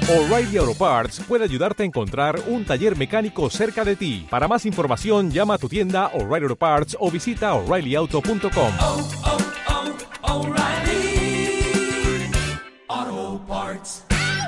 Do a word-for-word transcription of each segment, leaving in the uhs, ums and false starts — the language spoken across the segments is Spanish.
O'Reilly Auto Parts puede ayudarte a encontrar un taller mecánico cerca de ti. Para más información, llama a tu tienda O'Reilly Auto Parts o visita O'Reilly Auto punto com. Oh, oh, oh, O'Reilly Auto Parts.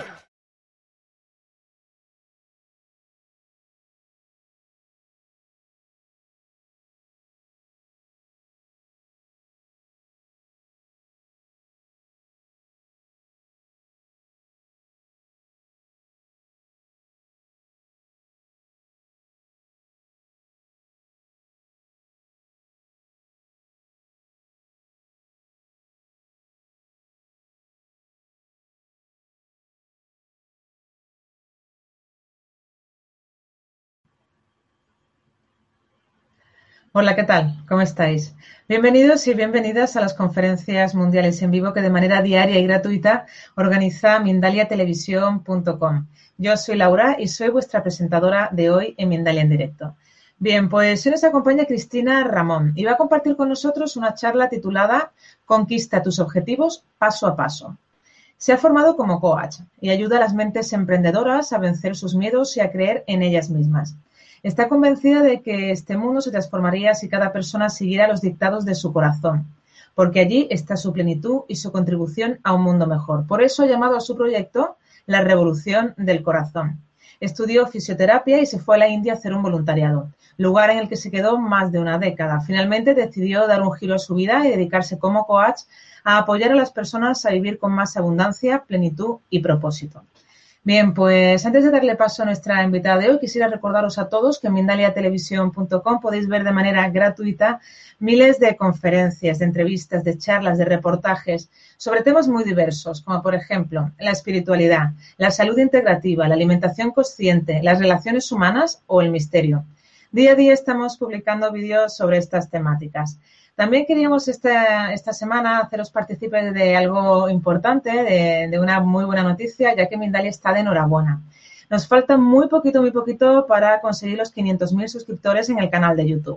Hola, ¿qué tal? ¿Cómo estáis? Bienvenidos y bienvenidas a las conferencias mundiales en vivo que de manera diaria y gratuita organiza Mindalia Televisión punto com. Yo soy Laura y soy vuestra presentadora de hoy en Mindalia en directo. Bien, pues hoy nos acompaña Cristina Ramón y va a compartir con nosotros una charla titulada Conquista tus objetivos paso a paso. Se ha formado como coach y ayuda a las mentes emprendedoras a vencer sus miedos y a creer en ellas mismas. Está convencida de que este mundo se transformaría si cada persona siguiera los dictados de su corazón, porque allí está su plenitud y su contribución a un mundo mejor. Por eso ha llamado a su proyecto La Revolución del Corazón. Estudió fisioterapia y se fue a la India a hacer un voluntariado, lugar en el que se quedó más de una década. Finalmente decidió dar un giro a su vida y dedicarse como coach a apoyar a las personas a vivir con más abundancia, plenitud y propósito. Bien, pues antes de darle paso a nuestra invitada de hoy, quisiera recordaros a todos que en Mindalia Televisión punto com podéis ver de manera gratuita miles de conferencias, de entrevistas, de charlas, de reportajes sobre temas muy diversos, como por ejemplo la espiritualidad, la salud integrativa, la alimentación consciente, las relaciones humanas o el misterio. Día a día estamos publicando vídeos sobre estas temáticas. También queríamos esta, esta semana haceros partícipes de algo importante, de, de una muy buena noticia, ya que Mindalia está de enhorabuena. Nos falta muy poquito, muy poquito para conseguir los quinientos mil suscriptores en el canal de YouTube.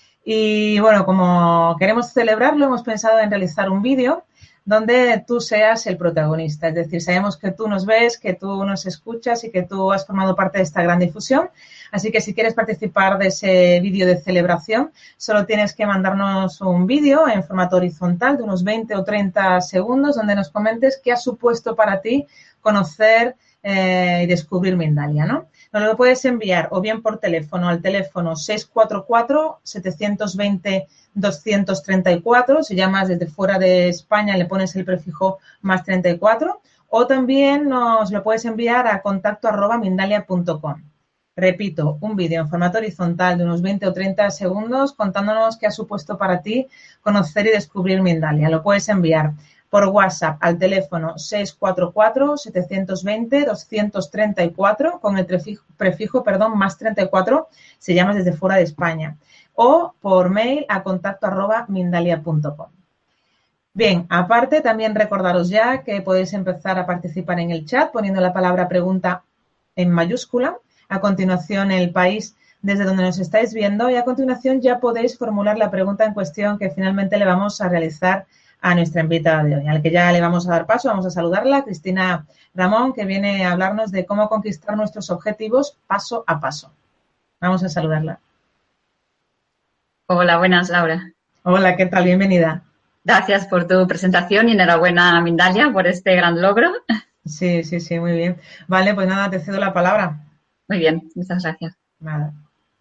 Y bueno, como queremos celebrarlo, hemos pensado en realizar un vídeo donde tú seas el protagonista. Es decir, sabemos que tú nos ves, que tú nos escuchas y que tú has formado parte de esta gran difusión. Así que si quieres participar de ese vídeo de celebración, solo tienes que mandarnos un vídeo en formato horizontal de unos veinte o treinta segundos donde nos comentes qué ha supuesto para ti conocer eh, y descubrir Mindalia, ¿no? Nos lo puedes enviar o bien por teléfono al teléfono seis cuatro cuatro, siete dos cero, dos tres cuatro. Si llamas desde fuera de España le pones el prefijo más treinta y cuatro, o también nos lo puedes enviar a contacto arroba mindalia punto com. Repito, un vídeo en formato horizontal de unos veinte o treinta segundos contándonos qué ha supuesto para ti conocer y descubrir Mindalia. Lo puedes enviar por WhatsApp al teléfono seis cuatro cuatro, siete dos cero, dos tres cuatro con el prefijo, prefijo perdón, más treinta y cuatro si llamas desde fuera de España, o por mail a contacto arroba mindalia punto com. Bien, aparte también recordaros ya que podéis empezar a participar en el chat poniendo la palabra pregunta en mayúscula. A continuación, el país desde donde nos estáis viendo y a continuación ya podéis formular la pregunta en cuestión que finalmente le vamos a realizar a nuestra invitada de hoy, al que ya le vamos a dar paso. Vamos a saludarla, Cristina Ramón, que viene a hablarnos de cómo conquistar nuestros objetivos paso a paso. Vamos a saludarla. Hola, buenas, Laura. Hola, ¿qué tal? Bienvenida. Gracias por tu presentación y enhorabuena, Mindalia, por este gran logro. Sí, sí, sí, muy bien. Vale, pues nada, te cedo la palabra. Muy bien, muchas gracias. Nada.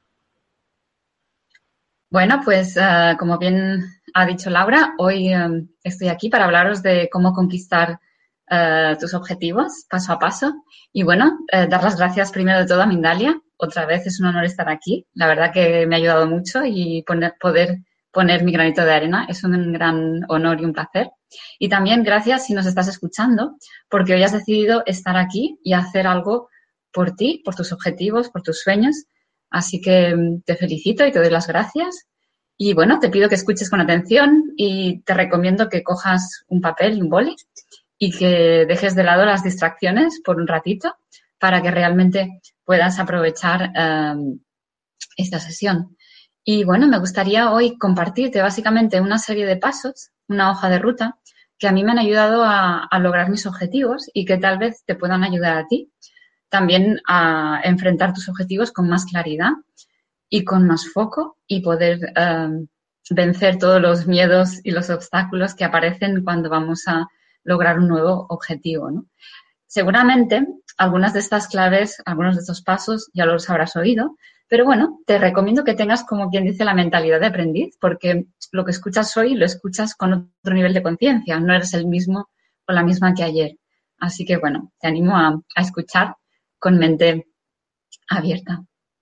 Bueno, pues uh, como bien ha dicho Laura, hoy um, estoy aquí para hablaros de cómo conquistar uh, tus objetivos paso a paso. Y bueno, uh, dar las gracias primero de todo a Mindalia. Otra vez es un honor estar aquí. La verdad que me ha ayudado mucho y poner, poder poner mi granito de arena es un gran honor y un placer. Y también gracias si nos estás escuchando, porque hoy has decidido estar aquí y hacer algo por ti, por tus objetivos, por tus sueños. Así que te felicito y te doy las gracias. Y bueno, te pido que escuches con atención y te recomiendo que cojas un papel y un boli y que dejes de lado las distracciones por un ratito para que realmente puedas aprovechar um, esta sesión. Y bueno, me gustaría hoy compartirte básicamente una serie de pasos, una hoja de ruta que a mí me han ayudado a, a lograr mis objetivos y que tal vez te puedan ayudar a ti también a enfrentar tus objetivos con más claridad y con más foco y poder eh, vencer todos los miedos y los obstáculos que aparecen cuando vamos a lograr un nuevo objetivo, ¿no? Seguramente algunas de estas claves, algunos de estos pasos ya los habrás oído, pero bueno, te recomiendo que tengas, como quien dice, la mentalidad de aprendiz, porque lo que escuchas hoy lo escuchas con otro nivel de conciencia, no eres el mismo o la misma que ayer. Así que bueno, te animo a, a escuchar con mente abierta.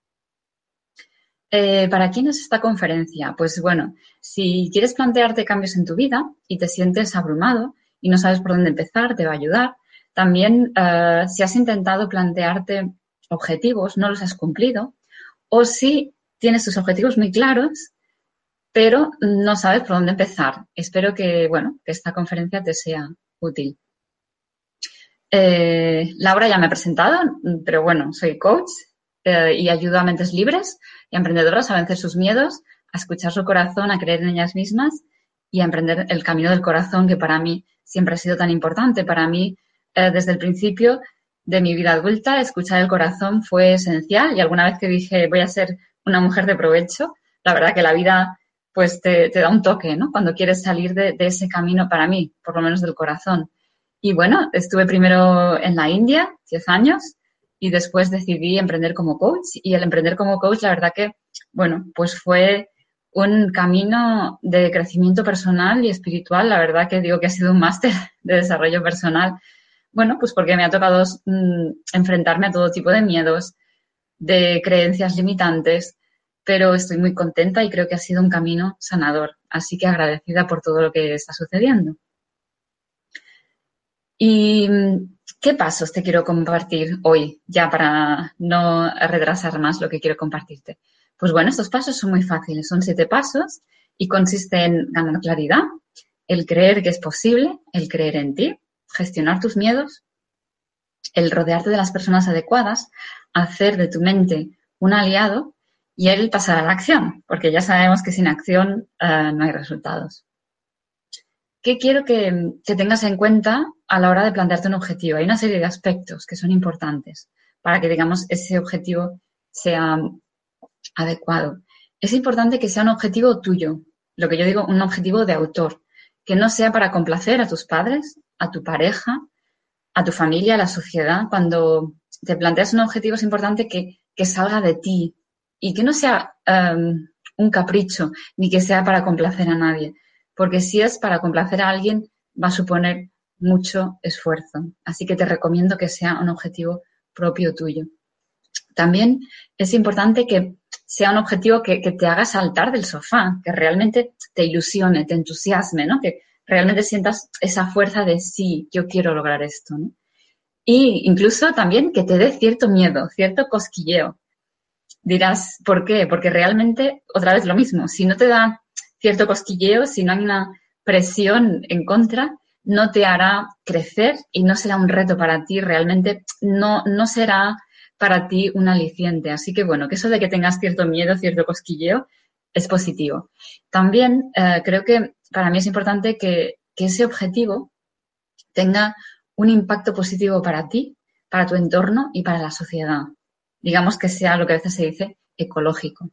Eh, ¿Para quién es esta conferencia? Pues bueno, si quieres plantearte cambios en tu vida y te sientes abrumado y no sabes por dónde empezar, te va a ayudar. También, uh, si has intentado plantearte objetivos, no los has cumplido, o si tienes tus objetivos muy claros, pero no sabes por dónde empezar. Espero que, bueno, que esta conferencia te sea útil. Eh, Laura ya me ha presentado, pero bueno, soy coach eh, y ayudo a mentes libres y emprendedoras a vencer sus miedos, a escuchar su corazón, a creer en ellas mismas y a emprender el camino del corazón, que para mí siempre ha sido tan importante. Para mí, eh, desde el principio de mi vida adulta, escuchar el corazón fue esencial y alguna vez que dije voy a ser una mujer de provecho, la verdad que la vida pues te, te da un toque, ¿no? Cuando quieres salir de, de ese camino, para mí, por lo menos del corazón. Y bueno, estuve primero en la India, diez años, y después decidí emprender como coach. Y el emprender como coach, la verdad que, bueno, pues fue un camino de crecimiento personal y espiritual. La verdad que digo que ha sido un máster de desarrollo personal. Bueno, pues porque me ha tocado mmm, enfrentarme a todo tipo de miedos, de creencias limitantes, pero estoy muy contenta y creo que ha sido un camino sanador. Así que agradecida por todo lo que está sucediendo. ¿Y qué pasos te quiero compartir hoy, ya para no retrasar más lo que quiero compartirte? Pues bueno, estos pasos son muy fáciles, son siete pasos y consisten en ganar claridad, el creer que es posible, el creer en ti, gestionar tus miedos, el rodearte de las personas adecuadas, hacer de tu mente un aliado y el pasar a la acción, porque ya sabemos que sin acción uh, no hay resultados. ¿Qué quiero que, que tengas en cuenta a la hora de plantearte un objetivo? Hay una serie de aspectos que son importantes para que, digamos, ese objetivo sea adecuado. Es importante que sea un objetivo tuyo, lo que yo digo, un objetivo de autor, que no sea para complacer a tus padres, a tu pareja, a tu familia, a la sociedad. Cuando te planteas un objetivo es importante que, que salga de ti y que no sea um, un capricho ni que sea para complacer a nadie. Porque si es para complacer a alguien, va a suponer mucho esfuerzo. Así que te recomiendo que sea un objetivo propio tuyo. También es importante que sea un objetivo que, que te haga saltar del sofá, que realmente te ilusione, te entusiasme, ¿no? Que realmente sientas esa fuerza de sí, yo quiero lograr esto, ¿no? Y incluso también que te dé cierto miedo, cierto cosquilleo. Dirás, ¿por qué? Porque realmente, otra vez lo mismo, si no te da cierto cosquilleo, si no hay una presión en contra, no te hará crecer y no será un reto para ti, realmente no, no será para ti un aliciente. Así que, bueno, que eso de que tengas cierto miedo, cierto cosquilleo, es positivo. También eh, creo que para mí es importante que, que ese objetivo tenga un impacto positivo para ti, para tu entorno y para la sociedad. Digamos que sea lo que a veces se dice ecológico.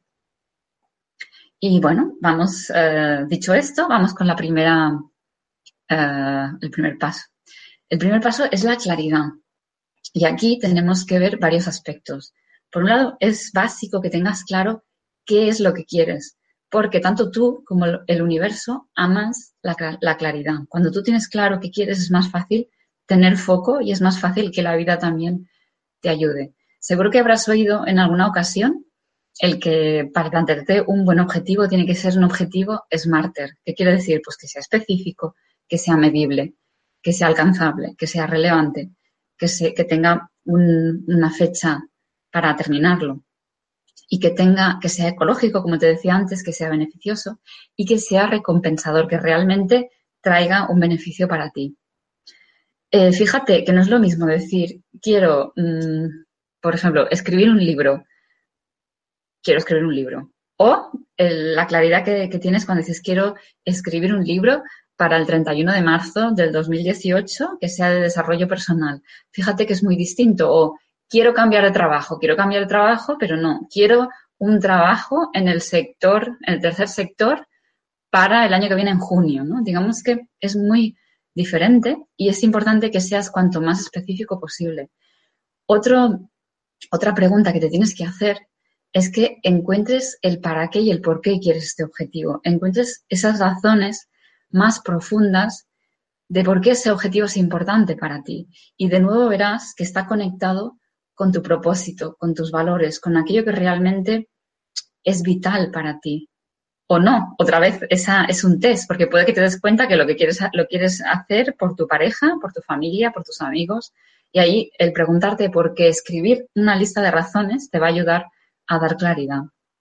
Y bueno, vamos, eh, dicho esto, vamos con la primera, eh, el primer paso. El primer paso es la claridad. Y aquí tenemos que ver varios aspectos. Por un lado, es básico que tengas claro qué es lo que quieres, porque tanto tú como el universo amas la, la claridad. Cuando tú tienes claro qué quieres, es más fácil tener foco y es más fácil que la vida también te ayude. Seguro que habrás oído en alguna ocasión el que para plantearte un buen objetivo tiene que ser un objetivo SMARTER. ¿Qué quiere decir? Pues que sea específico, que sea medible, que sea alcanzable, que sea relevante, que, se, que tenga un, una fecha para terminarlo y que tenga, que sea ecológico, como te decía antes, que sea beneficioso y que sea recompensador, que realmente traiga un beneficio para ti. Eh, fíjate que no es lo mismo decir, quiero, mmm, por ejemplo, escribir un libro, quiero escribir un libro. O el, la claridad que, que tienes cuando dices quiero escribir un libro para el treinta y uno de marzo del dos mil dieciocho que sea de desarrollo personal. Fíjate que es muy distinto. O quiero cambiar de trabajo, quiero cambiar de trabajo, pero no, quiero un trabajo en el sector, en el tercer sector para el año que viene en junio, ¿no? Digamos que es muy diferente y es importante que seas cuanto más específico posible. Otro, otra pregunta que te tienes que hacer es que encuentres el para qué y el por qué quieres este objetivo. Encuentres esas razones más profundas de por qué ese objetivo es importante para ti. Y de nuevo verás que está conectado con tu propósito, con tus valores, con aquello que realmente es vital para ti. O no, otra vez, esa es un test, porque puede que te des cuenta que lo que quieres, lo quieres hacer por tu pareja, por tu familia, por tus amigos. Y ahí el preguntarte por qué, escribir una lista de razones te va a ayudar a dar claridad.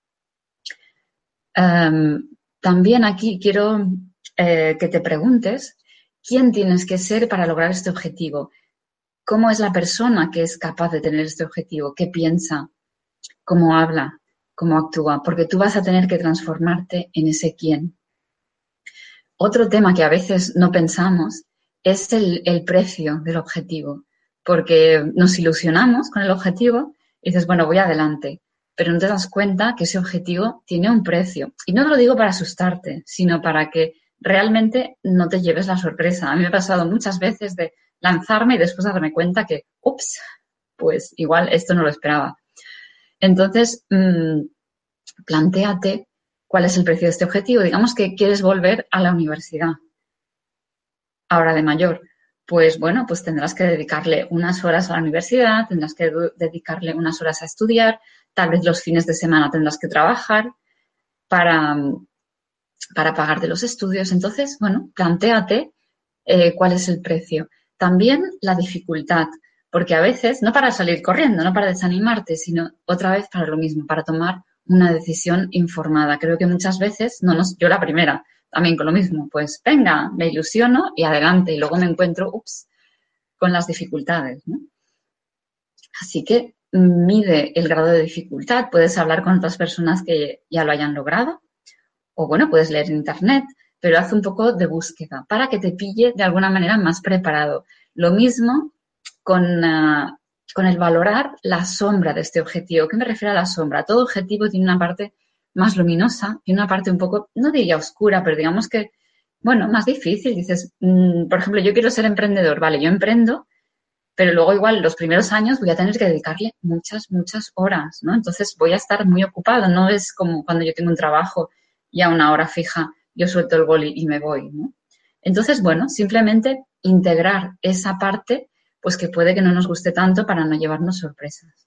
Um, también aquí quiero eh, que te preguntes quién tienes que ser para lograr este objetivo. ¿Cómo es la persona que es capaz de tener este objetivo? ¿Qué piensa? ¿Cómo habla? ¿Cómo actúa? Porque tú vas a tener que transformarte en ese quién. Otro tema que a veces no pensamos es el, el precio del objetivo, porque nos ilusionamos con el objetivo y dices, bueno, voy adelante, pero no te das cuenta que ese objetivo tiene un precio. Y no te lo digo para asustarte, sino para que realmente no te lleves la sorpresa. A mí me ha pasado muchas veces de lanzarme y después darme cuenta que, ups, pues igual esto no lo esperaba. Entonces, mmm, plantéate cuál es el precio de este objetivo. Digamos que quieres volver a la universidad ahora de mayor. Pues bueno, pues tendrás que dedicarle unas horas a la universidad, tendrás que dedicarle unas horas a estudiar, tal vez los fines de semana tendrás que trabajar para, para pagarte los estudios. Entonces, bueno, plantéate eh, cuál es el precio. También la dificultad, porque a veces, no para salir corriendo, no para desanimarte, sino otra vez para lo mismo, para tomar una decisión informada. Creo que muchas veces, no, no, yo la primera, también con lo mismo, pues venga, me ilusiono y adelante, y luego me encuentro, ups, con las dificultades, ¿no? Así que mide el grado de dificultad, puedes hablar con otras personas que ya lo hayan logrado, o bueno, puedes leer en internet, pero haz un poco de búsqueda para que te pille de alguna manera más preparado. Lo mismo con, uh, con el valorar la sombra de este objetivo. ¿Qué me refiero a la sombra? Todo objetivo tiene una parte más luminosa y una parte un poco, no diría oscura, pero digamos que, bueno, más difícil. Dices, mmm, por ejemplo, yo quiero ser emprendedor, vale, yo emprendo, pero luego igual los primeros años voy a tener que dedicarle muchas, muchas horas, ¿no? Entonces voy a estar muy ocupado, no es como cuando yo tengo un trabajo y a una hora fija yo suelto el boli y me voy, ¿no? Entonces, bueno, simplemente integrar esa parte, pues que puede que no nos guste tanto para no llevarnos sorpresas.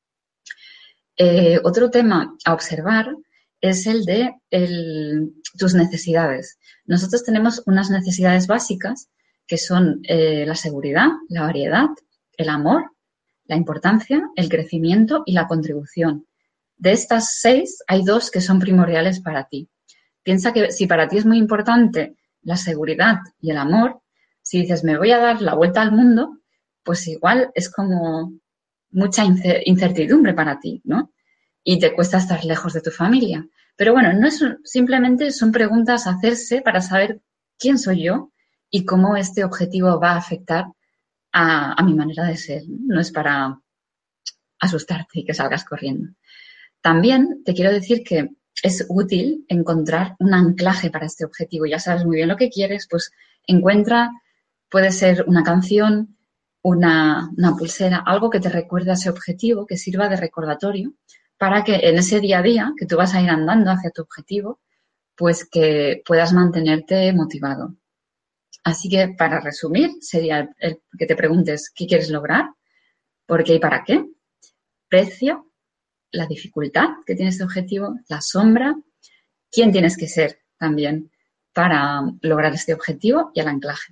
Eh, otro tema a observar es el de el, tus necesidades. Nosotros tenemos unas necesidades básicas que son eh, la seguridad, la variedad, el amor, la importancia, el crecimiento y la contribución. De estas seis, hay dos que son primordiales para ti. Piensa que si para ti es muy importante la seguridad y el amor, si dices, me voy a dar la vuelta al mundo, pues igual es como mucha incertidumbre para ti, ¿no? Y te cuesta estar lejos de tu familia. Pero bueno, no es simplemente son preguntas a hacerse para saber quién soy yo y cómo este objetivo va a afectar a, a mi manera de ser. No es para asustarte y que salgas corriendo. También te quiero decir que es útil encontrar un anclaje para este objetivo. Ya sabes muy bien lo que quieres, pues encuentra, puede ser una canción, una, una pulsera, algo que te recuerde a ese objetivo, que sirva de recordatorio para que en ese día a día que tú vas a ir andando hacia tu objetivo, pues que puedas mantenerte motivado. Así que, para resumir, sería el, el que te preguntes qué quieres lograr, por qué y para qué, precio, la dificultad que tiene este objetivo, la sombra, quién tienes que ser también para lograr este objetivo y el anclaje.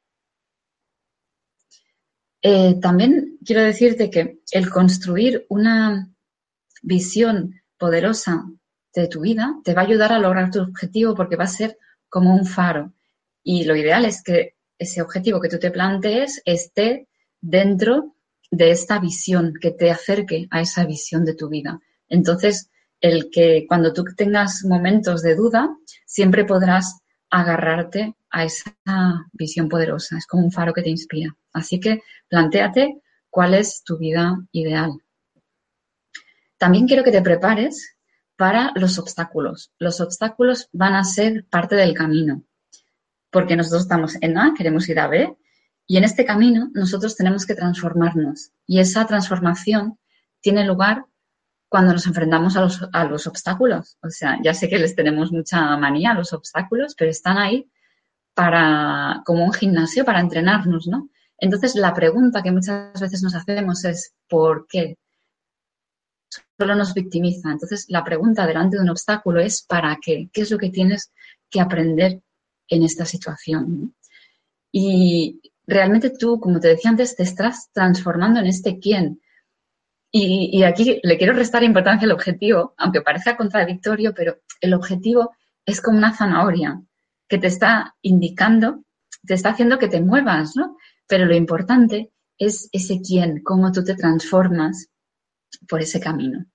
Eh, también quiero decirte que el construir una visión poderosa de tu vida te va a ayudar a lograr tu objetivo porque va a ser como un faro. Y lo ideal es que ese objetivo que tú te plantees esté dentro de esta visión, que te acerque a esa visión de tu vida. Entonces, el que cuando tú tengas momentos de duda, siempre podrás agarrarte a esa visión poderosa. Es como un faro que te inspira. Así que plantéate cuál es tu vida ideal. También quiero que te prepares para los obstáculos. Los obstáculos van a ser parte del camino, porque nosotros estamos en A, queremos ir a B, y en este camino nosotros tenemos que transformarnos. Y esa transformación tiene lugar cuando nos enfrentamos a los, a los obstáculos. O sea, ya sé que les tenemos mucha manía a los obstáculos, pero están ahí para, como un gimnasio para entrenarnos, ¿no? Entonces, la pregunta que muchas veces nos hacemos es ¿por qué? Solo nos victimiza. Entonces, la pregunta delante de un obstáculo es ¿para qué? ¿Qué es lo que tienes que aprender en esta situación? Y realmente tú, como te decía antes, te estás transformando en este quién. Y, y aquí le quiero restar importancia al objetivo, aunque parezca contradictorio, pero el objetivo es como una zanahoria que te está indicando, te está haciendo que te muevas, ¿no? Pero lo importante es ese quién, cómo tú te transformas por ese camino.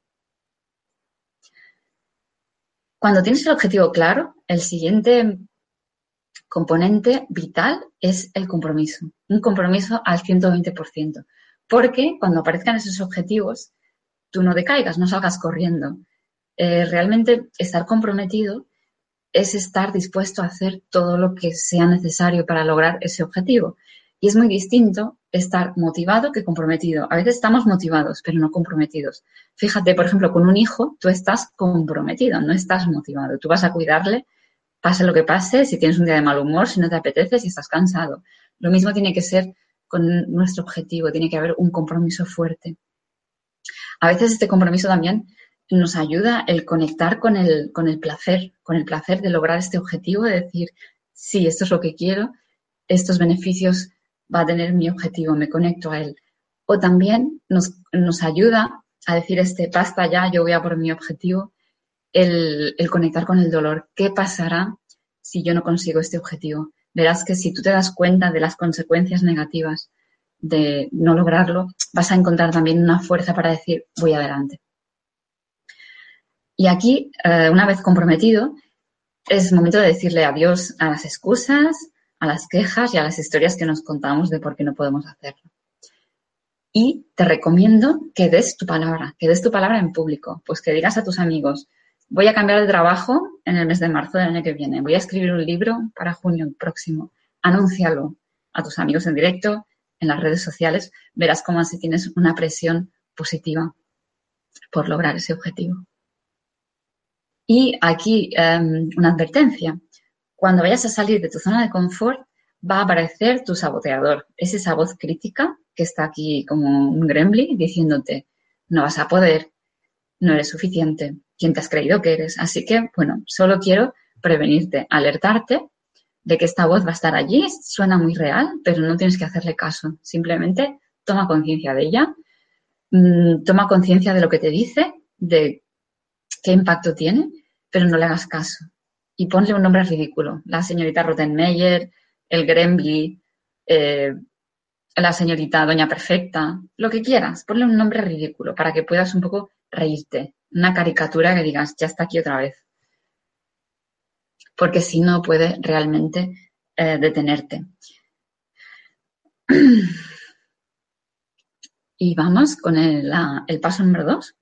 Cuando tienes el objetivo claro, el siguiente componente vital es el compromiso. Un compromiso al ciento veinte por ciento. Porque cuando aparezcan esos objetivos, tú no decaigas, no salgas corriendo. Eh, realmente estar comprometido es estar dispuesto a hacer todo lo que sea necesario para lograr ese objetivo. Y es muy distinto estar motivado que comprometido. A veces estamos motivados, pero no comprometidos. Fíjate, por ejemplo, con un hijo, tú estás comprometido, no estás motivado. Tú vas a cuidarle, pase lo que pase, si tienes un día de mal humor, si no te apetece, si estás cansado. Lo mismo tiene que ser con nuestro objetivo, tiene que haber un compromiso fuerte. A veces este compromiso también nos ayuda el conectar con el, con el placer, con el placer de lograr este objetivo, de decir, sí, esto es lo que quiero, estos beneficios va a tener mi objetivo, me conecto a él. O también nos, nos ayuda a decir, este, basta ya, yo voy a por mi objetivo, el, el conectar con el dolor. ¿Qué pasará si yo no consigo este objetivo? Verás que si tú te das cuenta de las consecuencias negativas de no lograrlo, vas a encontrar también una fuerza para decir, voy adelante. Y aquí, eh, una vez comprometido, es momento de decirle adiós a las excusas, a las quejas y a las historias que nos contamos de por qué no podemos hacerlo. Y te recomiendo que des tu palabra, que des tu palabra en público, pues que digas a tus amigos, voy a cambiar de trabajo en el mes de marzo del año que viene. Voy a escribir un libro para junio próximo. Anúncialo a tus amigos en directo, en las redes sociales. Verás cómo así tienes una presión positiva por lograr ese objetivo. Y aquí um, una advertencia. Cuando vayas a salir de tu zona de confort, va a aparecer tu saboteador. Es esa voz crítica que está aquí como un gremlin diciéndote, no vas a poder, no eres suficiente. ¿Quién te has creído que eres? Así que, bueno, solo quiero prevenirte, alertarte de que esta voz va a estar allí, suena muy real, pero no tienes que hacerle caso. Simplemente toma conciencia de ella, mmm, toma conciencia de lo que te dice, de qué impacto tiene, pero no le hagas caso. Y ponle un nombre ridículo. La señorita Rottenmeier, el Gremlin, eh, la señorita Doña Perfecta, lo que quieras. Ponle un nombre ridículo para que puedas un poco reírte. Una caricatura que digas, ya está aquí otra vez. Porque si no puede realmente eh, detenerte. Y vamos con el, la, el paso número dos,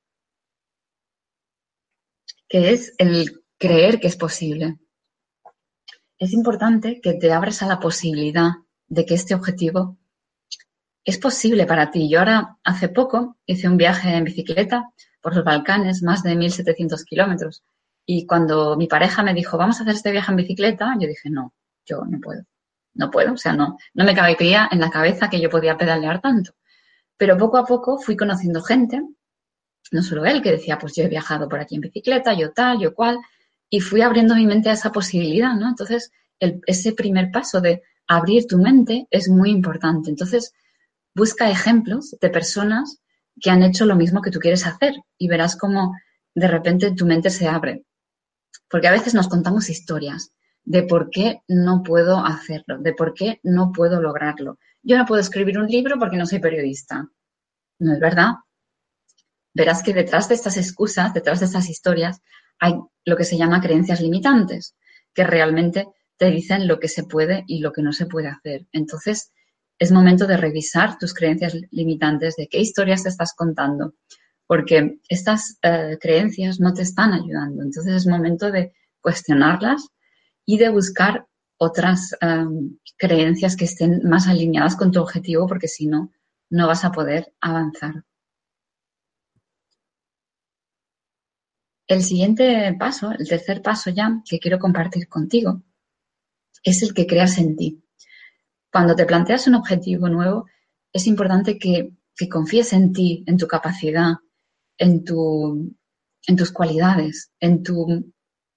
que es el creer que es posible. Es importante que te abras a la posibilidad de que este objetivo es posible para ti. Yo ahora, hace poco, hice un viaje en bicicleta por los Balcanes, más de mil setecientos kilómetros. Y cuando mi pareja me dijo, vamos a hacer este viaje en bicicleta, yo dije, no, yo no puedo. No puedo, o sea, no, no me cabía en la cabeza que yo podía pedalear tanto. Pero poco a poco fui conociendo gente, no solo él, que decía, pues yo he viajado por aquí en bicicleta, yo tal, yo cual, y fui abriendo mi mente a esa posibilidad, ¿no? Entonces, el, ese primer paso de abrir tu mente es muy importante. Entonces, busca ejemplos de personas que han hecho lo mismo que tú quieres hacer y verás cómo de repente tu mente se abre. Porque a veces nos contamos historias de por qué no puedo hacerlo, de por qué no puedo lograrlo. Yo no puedo escribir un libro porque no soy periodista. No es verdad. Verás que detrás de estas excusas, detrás de estas historias, hay lo que se llama creencias limitantes. que realmente te dicen lo que se puede y lo que no se puede hacer. Entonces, es momento de revisar tus creencias limitantes, de qué historias te estás contando, porque estas eh, creencias no te están ayudando. Entonces, es momento de cuestionarlas y de buscar otras um, creencias que estén más alineadas con tu objetivo, porque si no, no vas a poder avanzar. El siguiente paso, el tercer paso ya, que quiero compartir contigo, es el que creas en ti. Cuando te planteas un objetivo nuevo, es importante que, que confíes en ti, en tu capacidad, en, tu, en tus cualidades, en tu...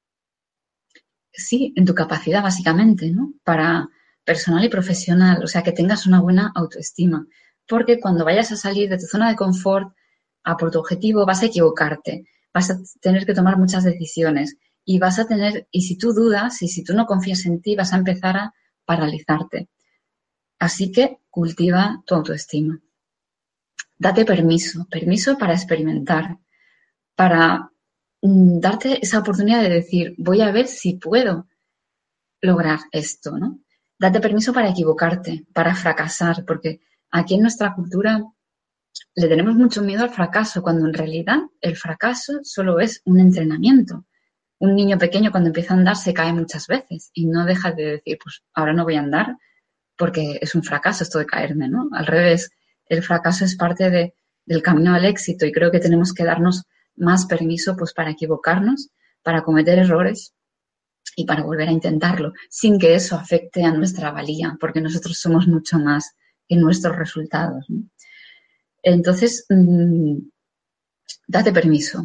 Sí, en tu capacidad básicamente, ¿no? Para personal y profesional, o sea, que tengas una buena autoestima. Porque cuando vayas a salir de tu zona de confort a por tu objetivo, vas a equivocarte, vas a tener que tomar muchas decisiones y vas a tener, y si tú dudas y si tú no confías en ti, vas a empezar a paralizarte. Así que cultiva tu autoestima. Date permiso, permiso para experimentar, para darte esa oportunidad de decir, voy a ver si puedo lograr esto, ¿no? Date permiso para equivocarte, para fracasar, porque aquí en nuestra cultura le tenemos mucho miedo al fracaso, cuando en realidad el fracaso solo es un entrenamiento. Un niño pequeño cuando empieza a andar se cae muchas veces y no deja de decir, pues ahora no voy a andar porque es un fracaso esto de caerme, ¿no? Al revés, el fracaso es parte de, del camino al éxito y creo que tenemos que darnos más permiso pues para equivocarnos, para cometer errores y para volver a intentarlo, sin que eso afecte a nuestra valía, porque nosotros somos mucho más que nuestros resultados, ¿no? Entonces, mmm, date permiso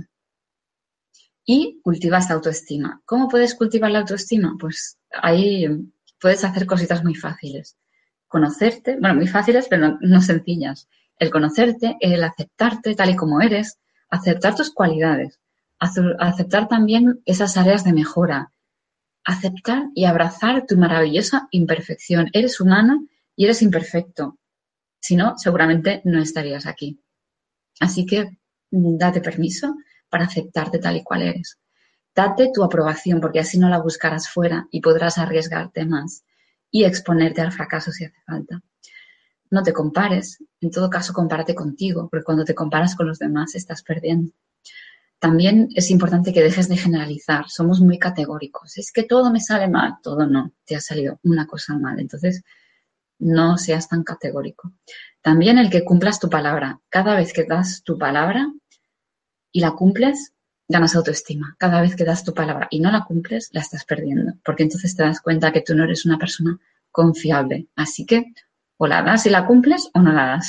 y cultiva esta autoestima. ¿Cómo puedes cultivar la autoestima? Pues ahí puedes hacer cositas muy fáciles. Conocerte, bueno, muy fáciles, pero no, no sencillas. El conocerte, el aceptarte tal y como eres, aceptar tus cualidades, aceptar también esas áreas de mejora, aceptar y abrazar tu maravillosa imperfección. Eres humano y eres imperfecto. Si no, seguramente no estarías aquí. Así que date permiso para aceptarte tal y cual eres. Date tu aprobación, porque así no la buscarás fuera y podrás arriesgarte más y exponerte al fracaso si hace falta. No te compares, en todo caso compárate contigo, porque cuando te comparas con los demás estás perdiendo. También es importante que dejes de generalizar, somos muy categóricos. Es que todo me sale mal, todo no, te ha salido una cosa mal, entonces no seas tan categórico. También el que cumplas tu palabra. Cada vez que das tu palabra y la cumples, ganas autoestima. Cada vez que das tu palabra y no la cumples, la estás perdiendo, porque entonces te das cuenta que tú no eres una persona confiable. Así que o la das y la cumples o no la das.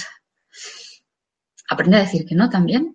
Aprende a decir que no también.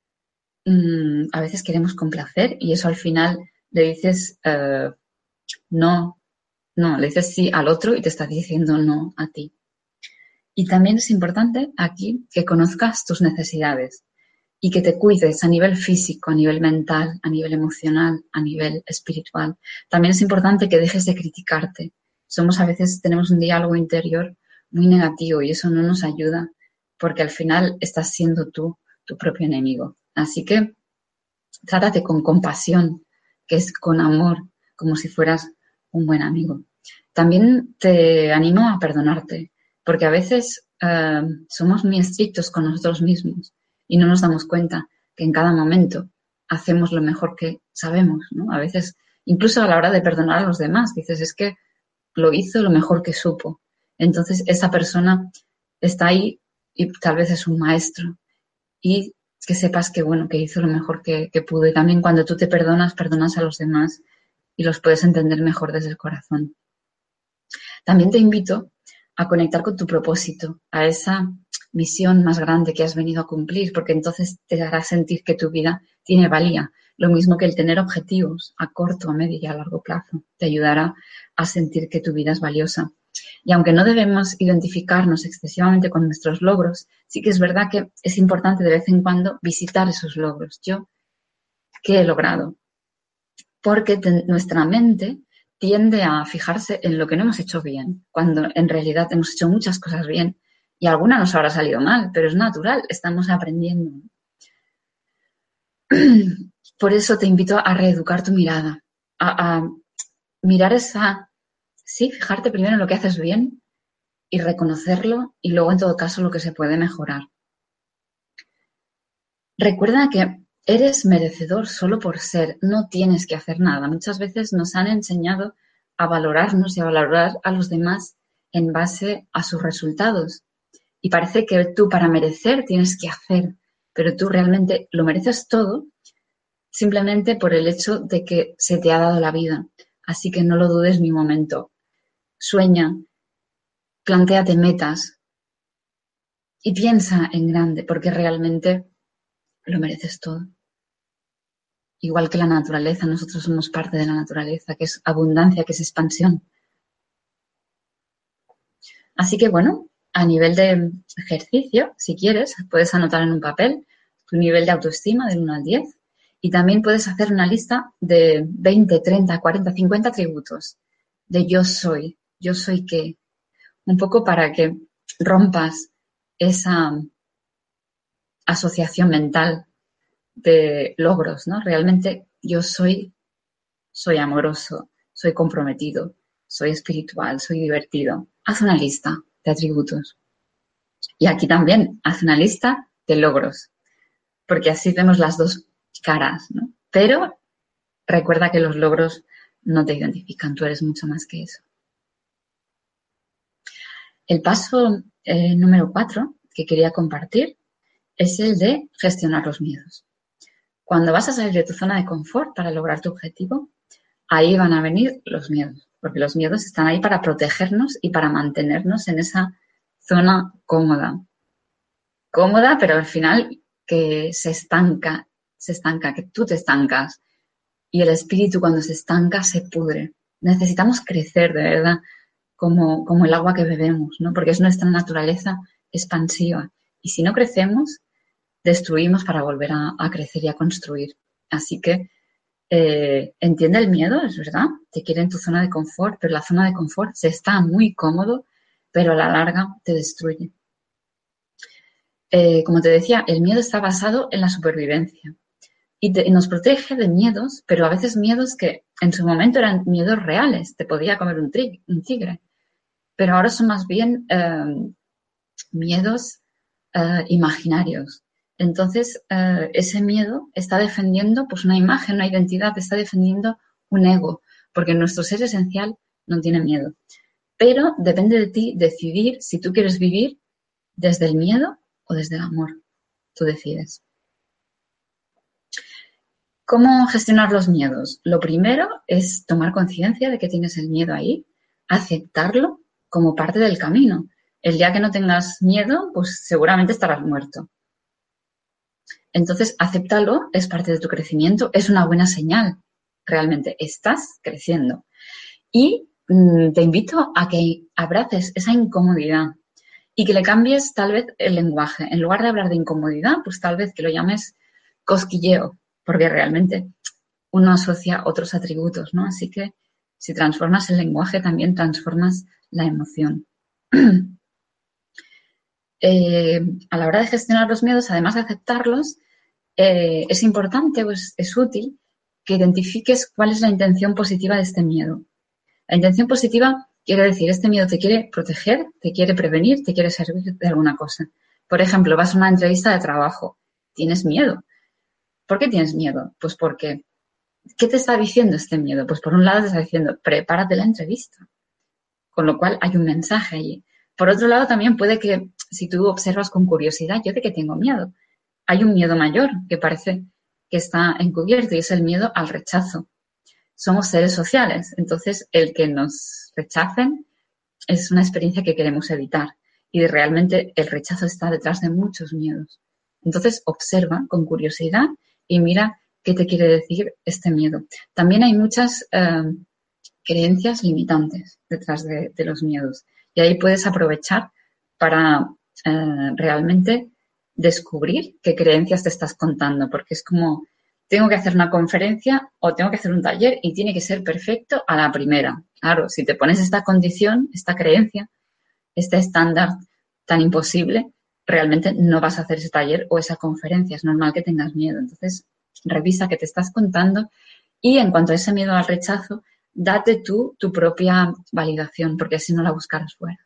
Mm, a veces queremos complacer y eso al final le dices uh, no, no, le dices sí al otro y te estás diciendo no a ti. Y también es importante aquí que conozcas tus necesidades y que te cuides a nivel físico, a nivel mental, a nivel emocional, a nivel espiritual. También es importante que dejes de criticarte. Somos a veces, tenemos un diálogo interior muy negativo y eso no nos ayuda porque al final estás siendo tú tu propio enemigo. Así que trátate con compasión, que es con amor, como si fueras un buen amigo. También te animo a perdonarte, porque a veces uh, somos muy estrictos con nosotros mismos y no nos damos cuenta que en cada momento hacemos lo mejor que sabemos, ¿no? A veces, incluso a la hora de perdonar a los demás, dices, es que lo hizo lo mejor que supo. Entonces, esa persona está ahí y tal vez es un maestro. Y que sepas que, bueno, que hizo lo mejor que, que pudo. Y también cuando tú te perdonas, perdonas a los demás y los puedes entender mejor desde el corazón. También te invito a conectar con tu propósito, a esa misión más grande que has venido a cumplir, porque entonces te hará sentir que tu vida tiene valía. Lo mismo que el tener objetivos a corto, a medio y a largo plazo. Te ayudará a sentir que tu vida es valiosa. Y aunque no debemos identificarnos excesivamente con nuestros logros, sí que es verdad que es importante de vez en cuando visitar esos logros. Yo, ¿qué he logrado? Porque te, nuestra mente tiende a fijarse en lo que no hemos hecho bien, cuando en realidad hemos hecho muchas cosas bien y alguna nos habrá salido mal, pero es natural, estamos aprendiendo. Por eso te invito a reeducar tu mirada, a, a mirar esa, sí, fijarte primero en lo que haces bien y reconocerlo y luego en todo caso lo que se puede mejorar. Recuerda que eres merecedor solo por ser, no tienes que hacer nada. Muchas veces nos han enseñado a valorarnos y a valorar a los demás en base a sus resultados. Y parece que tú para merecer tienes que hacer, pero tú realmente lo mereces todo simplemente por el hecho de que se te ha dado la vida. Así que no lo dudes ni un momento. Sueña, plantéate metas y piensa en grande, porque realmente lo mereces todo. Igual que la naturaleza, nosotros somos parte de la naturaleza, que es abundancia, que es expansión. Así que bueno, a nivel de ejercicio, si quieres, puedes anotar en un papel tu nivel de autoestima del uno al diez y también puedes hacer una lista de veinte, treinta, cuarenta, cincuenta atributos de yo soy, yo soy qué, un poco para que rompas esa asociación mental de logros, ¿no? Realmente yo soy, soy amoroso, soy comprometido, soy espiritual, soy divertido. Haz una lista de atributos. Y aquí también haz una lista de logros, porque así vemos las dos caras, ¿no? Pero recuerda que los logros no te identifican, tú eres mucho más que eso. El paso eh, número cuatro que quería compartir es el de gestionar los miedos. Cuando vas a salir de tu zona de confort para lograr tu objetivo, ahí van a venir los miedos, porque los miedos están ahí para protegernos y para mantenernos en esa zona cómoda. Cómoda, pero al final que se estanca, se estanca, que tú te estancas. Y el espíritu cuando se estanca se pudre. Necesitamos crecer, de verdad, como, como el agua que bebemos, ¿no? Porque es nuestra naturaleza expansiva. Y si no crecemos, destruimos para volver a, a crecer y a construir. Así que eh, entiende el miedo, es verdad, te quiere en tu zona de confort, pero la zona de confort se está muy cómodo, pero a la larga te destruye. Eh, como te decía, el miedo está basado en la supervivencia y, te, y nos protege de miedos, pero a veces miedos que en su momento eran miedos reales, te podía comer un, tri, un tigre, pero ahora son más bien eh, miedos eh, imaginarios. Entonces, eh, ese miedo está defendiendo pues una imagen, una identidad, está defendiendo un ego, porque nuestro ser esencial no tiene miedo. Pero depende de ti decidir si tú quieres vivir desde el miedo o desde el amor. Tú decides. ¿Cómo gestionar los miedos? Lo primero es tomar conciencia de que tienes el miedo ahí, aceptarlo como parte del camino. El día que no tengas miedo, pues seguramente estarás muerto. Entonces, acéptalo, es parte de tu crecimiento, es una buena señal. Realmente estás creciendo. Y mmm, te invito a que abraces esa incomodidad y que le cambies tal vez el lenguaje. En lugar de hablar de incomodidad, pues tal vez que lo llames cosquilleo, porque realmente uno asocia otros atributos, ¿no? Así que si transformas el lenguaje, también transformas la emoción. Eh, a la hora de gestionar los miedos, además de aceptarlos, eh, es importante, pues es útil que identifiques cuál es la intención positiva de este miedo. La intención positiva quiere decir, este miedo te quiere proteger, te quiere prevenir, te quiere servir de alguna cosa. Por ejemplo, vas a una entrevista de trabajo, tienes miedo. ¿Por qué tienes miedo? Pues porque, ¿qué te está diciendo este miedo? Pues por un lado te está diciendo, prepárate la entrevista. Con lo cual hay un mensaje allí. Por otro lado, también puede que, si tú observas con curiosidad, ¿yo de qué tengo miedo? Hay un miedo mayor que parece que está encubierto y es el miedo al rechazo. Somos seres sociales, entonces el que nos rechacen es una experiencia que queremos evitar y realmente el rechazo está detrás de muchos miedos. Entonces observa con curiosidad y mira qué te quiere decir este miedo. También hay muchas eh, creencias limitantes detrás de, de los miedos y ahí puedes aprovechar para eh, realmente descubrir qué creencias te estás contando, porque es como, tengo que hacer una conferencia o tengo que hacer un taller y tiene que ser perfecto a la primera. Claro, si te pones esta condición, esta creencia, este estándar tan imposible, realmente no vas a hacer ese taller o esa conferencia. Es normal que tengas miedo. Entonces, revisa qué te estás contando y en cuanto a ese miedo al rechazo, date tú tu propia validación, porque así no la buscarás fuera.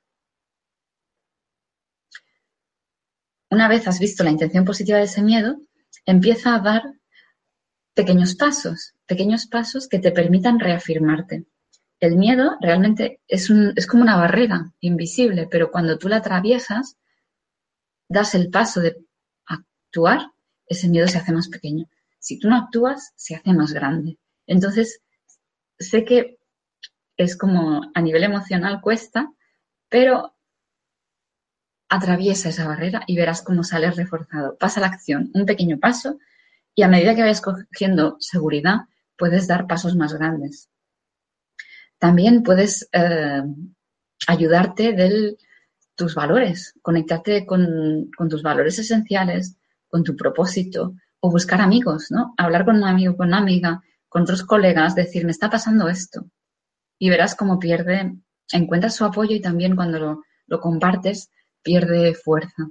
Una vez has visto la intención positiva de ese miedo, empieza a dar pequeños pasos, pequeños pasos que te permitan reafirmarte. El miedo realmente es, un, es como una barrera invisible, pero cuando tú la atraviesas, das el paso de actuar, ese miedo se hace más pequeño. Si tú no actúas, se hace más grande. Entonces, sé que es como a nivel emocional cuesta, pero atraviesa esa barrera y verás cómo sales reforzado. Pasa la acción, un pequeño paso, y a medida que vayas cogiendo seguridad, puedes dar pasos más grandes. También puedes eh, ayudarte de tus valores, conectarte con, con tus valores esenciales, con tu propósito, o buscar amigos, ¿no? Hablar con un amigo, con una amiga, con otros colegas, decir, me está pasando esto. Y verás cómo pierde, encuentras su apoyo y también cuando lo, lo compartes, pierde fuerza.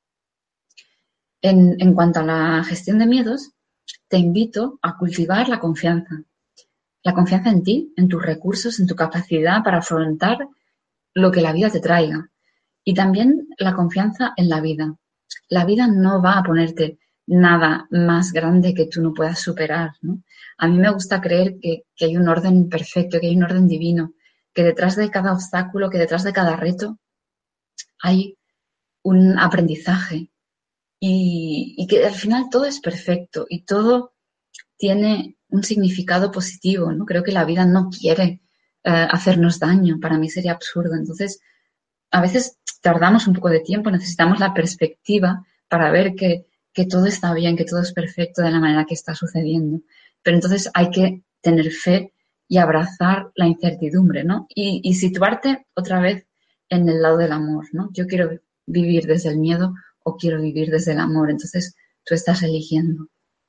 En, en cuanto a la gestión de miedos, te invito a cultivar la confianza. La confianza en ti, en tus recursos, en tu capacidad para afrontar lo que la vida te traiga. Y también la confianza en la vida. La vida no va a ponerte nada más grande que tú no puedas superar, ¿no? A mí me gusta creer que, que hay un orden perfecto, que hay un orden divino, que detrás de cada obstáculo, que detrás de cada reto hay un aprendizaje y, y que al final todo es perfecto y todo tiene un significado positivo, ¿no? Creo que la vida no quiere eh, hacernos daño, para mí sería absurdo. Entonces, a veces tardamos un poco de tiempo, necesitamos la perspectiva para ver que, que todo está bien, que todo es perfecto de la manera que está sucediendo. Pero entonces hay que tener fe y abrazar la incertidumbre, ¿no? Y, y situarte otra vez en el lado del amor, ¿no? Yo quiero vivir desde el miedo o quiero vivir desde el amor. Entonces tú estás eligiendo.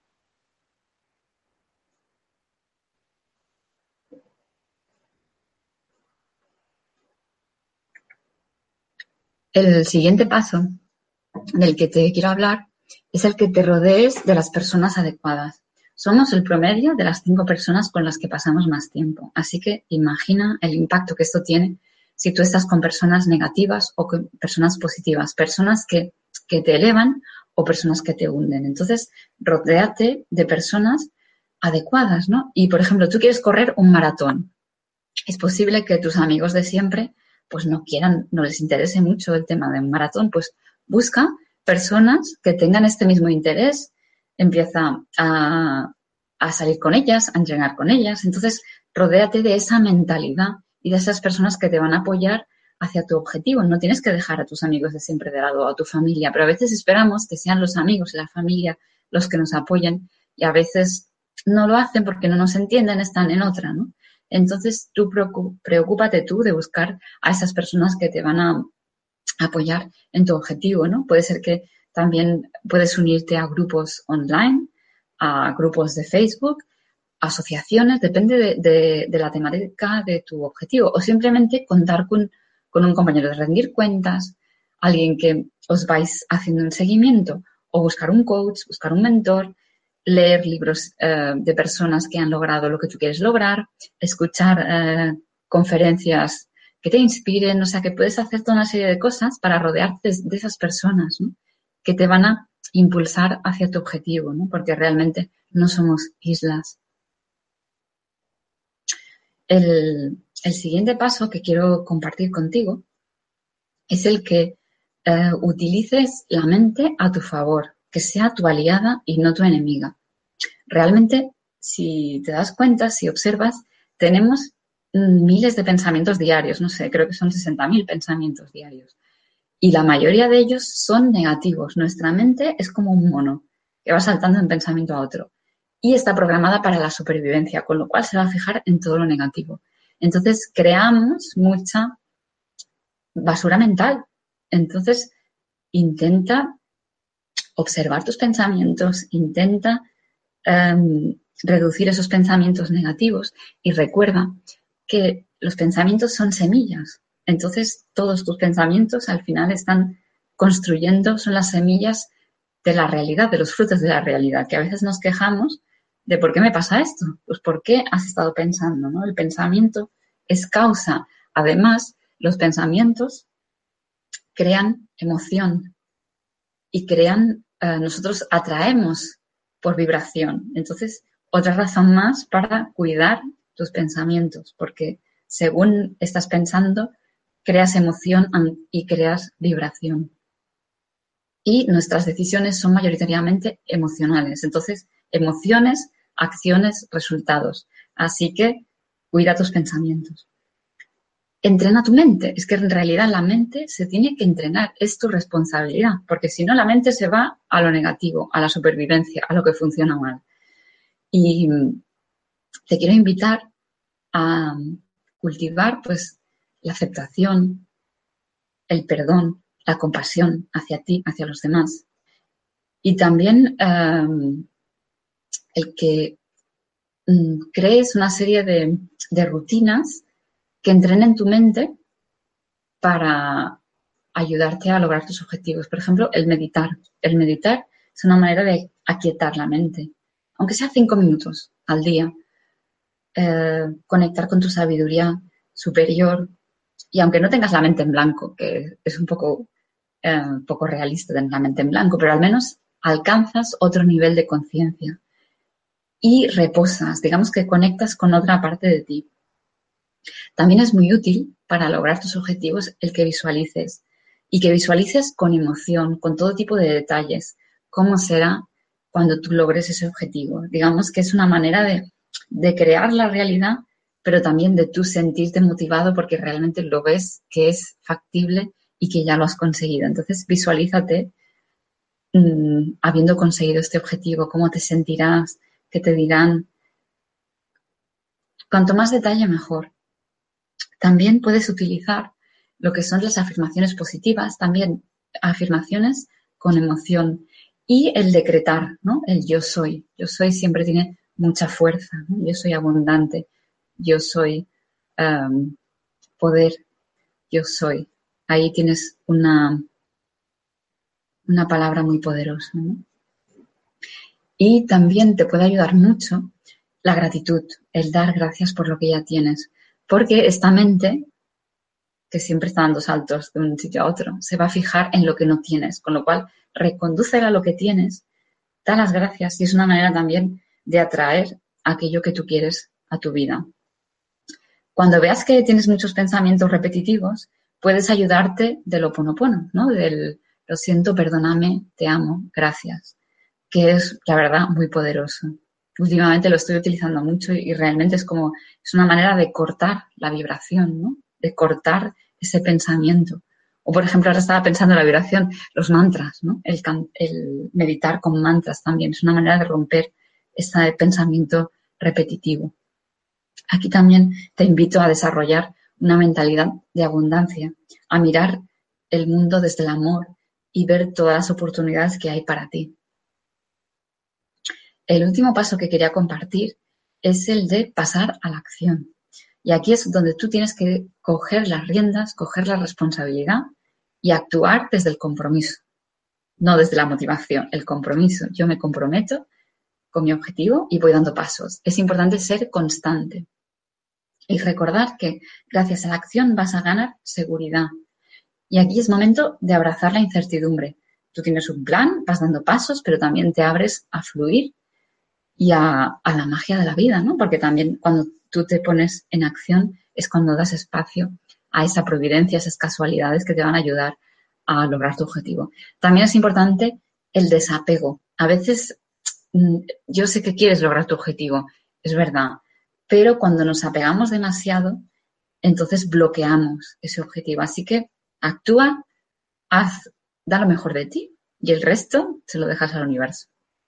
El siguiente paso del que te quiero hablar es el que te rodees de las personas adecuadas. Somos el promedio de las cinco personas con las que pasamos más tiempo. Así que imagina el impacto que esto tiene si tú estás con personas negativas o con personas positivas, personas que, que te elevan o personas que te hunden. Entonces, rodéate de personas adecuadas, ¿no? Y, por ejemplo, tú quieres correr un maratón. Es posible que tus amigos de siempre pues no quieran, no les interese mucho el tema de un maratón. Pues busca personas que tengan este mismo interés, empieza a, a salir con ellas, a entrenar con ellas. Entonces, rodéate de esa mentalidad y de esas personas que te van a apoyar hacia tu objetivo. No tienes que dejar a tus amigos de siempre de lado o a tu familia, pero a veces esperamos que sean los amigos y la familia los que nos apoyen y a veces no lo hacen porque no nos entienden, están en otra, ¿no? Entonces, tú preocúpate tú de buscar a esas personas que te van a apoyar en tu objetivo, ¿no? Puede ser que también puedes unirte a grupos online, a grupos de Facebook, asociaciones, depende de, de, de la temática de tu objetivo. O simplemente contar con, con un compañero de rendir cuentas, alguien que os vais haciendo un seguimiento, o buscar un coach, buscar un mentor, leer libros eh, de personas que han logrado lo que tú quieres lograr, escuchar eh, conferencias que te inspiren, o sea, que puedes hacer toda una serie de cosas para rodearte de, de esas personas, ¿no? Que te van a impulsar hacia tu objetivo, ¿no? Porque realmente no somos islas. El, el siguiente paso que quiero compartir contigo es el que eh, utilices la mente a tu favor, que sea tu aliada y no tu enemiga. Realmente, si te das cuenta, si observas, tenemos miles de pensamientos diarios, no sé, creo que son sesenta mil pensamientos diarios. Y la mayoría de ellos son negativos. Nuestra mente es como un mono que va saltando de un pensamiento a otro. Y está programada para la supervivencia, con lo cual se va a fijar en todo lo negativo. Entonces, creamos mucha basura mental. Entonces, intenta observar tus pensamientos, intenta um, reducir esos pensamientos negativos y recuerda que los pensamientos son semillas. Entonces, todos tus pensamientos al final están construyendo, son las semillas de la realidad, de los frutos de la realidad, que a veces nos quejamos, de por qué me pasa esto. Pues por qué has estado pensando, ¿no? El pensamiento es causa. Además, los pensamientos crean emoción y crean, eh, nosotros atraemos por vibración. Entonces, otra razón más para cuidar tus pensamientos, porque según estás pensando, creas emoción y creas vibración. Y nuestras decisiones son mayoritariamente emocionales. Entonces, emociones, acciones, resultados. Así que cuida tus pensamientos. Entrena tu mente. Es que en realidad la mente se tiene que entrenar. Es tu responsabilidad. Porque si no, la mente se va a lo negativo, a la supervivencia, a lo que funciona mal. Y te quiero invitar a cultivar, pues, la aceptación, el perdón, la compasión hacia ti, hacia los demás. Y también eh, el que mm, crees una serie de, de rutinas que entrenen tu mente para ayudarte a lograr tus objetivos. Por ejemplo, el meditar. El meditar es una manera de aquietar la mente, aunque sea cinco minutos al día. Eh, conectar con tu sabiduría superior y aunque no tengas la mente en blanco, que es un poco, eh, poco realista tener la mente en blanco, pero al menos alcanzas otro nivel de conciencia y reposas, digamos que conectas con otra parte de ti. También es muy útil para lograr tus objetivos el que visualices y que visualices con emoción, con todo tipo de detalles, cómo será cuando tú logres ese objetivo. Digamos que es una manera de de crear la realidad, pero también de tú sentirte motivado porque realmente lo ves que es factible y que ya lo has conseguido. Entonces, visualízate mmm, habiendo conseguido este objetivo, cómo te sentirás, qué te dirán. Cuanto más detalle, mejor. También puedes utilizar lo que son las afirmaciones positivas, también afirmaciones con emoción y el decretar, ¿no? El yo soy. Yo soy siempre tiene mucha fuerza, ¿no? Yo soy abundante, yo soy um, poder, yo soy. Ahí tienes una, una palabra muy poderosa, ¿no? Y también te puede ayudar mucho la gratitud, el dar gracias por lo que ya tienes, porque esta mente, que siempre está dando saltos de un sitio a otro, se va a fijar en lo que no tienes, con lo cual recondúcela a lo que tienes, da las gracias y es una manera también de atraer aquello que tú quieres a tu vida. Cuando veas que tienes muchos pensamientos repetitivos, puedes ayudarte del Ho'oponopono, ¿no? Del lo siento, perdóname, te amo, gracias, que es, la verdad, muy poderoso. Últimamente lo estoy utilizando mucho y realmente es como, es una manera de cortar la vibración, ¿no? De cortar ese pensamiento. O, por ejemplo, ahora estaba pensando en la vibración, los mantras, ¿no? El, el meditar con mantras también es una manera de romper ese pensamiento repetitivo. Aquí también te invito a desarrollar una mentalidad de abundancia, a mirar el mundo desde el amor y ver todas las oportunidades que hay para ti. El último paso que quería compartir es el de pasar a la acción. Y aquí es donde tú tienes que coger las riendas, coger la responsabilidad y actuar desde el compromiso, no desde la motivación, el compromiso. Yo me comprometo con mi objetivo y voy dando pasos. Es importante ser constante y recordar que gracias a la acción vas a ganar seguridad. Y aquí es momento de abrazar la incertidumbre. Tú tienes un plan, vas dando pasos, pero también te abres a fluir y a, a la magia de la vida, ¿no? Porque también cuando tú te pones en acción es cuando das espacio a esa providencia, a esas casualidades que te van a ayudar a lograr tu objetivo. También es importante el desapego. A veces yo sé que quieres lograr tu objetivo, es verdad, pero cuando nos apegamos demasiado, entonces bloqueamos ese objetivo. Así que actúa, haz, da lo mejor de ti y el resto se lo dejas al universo.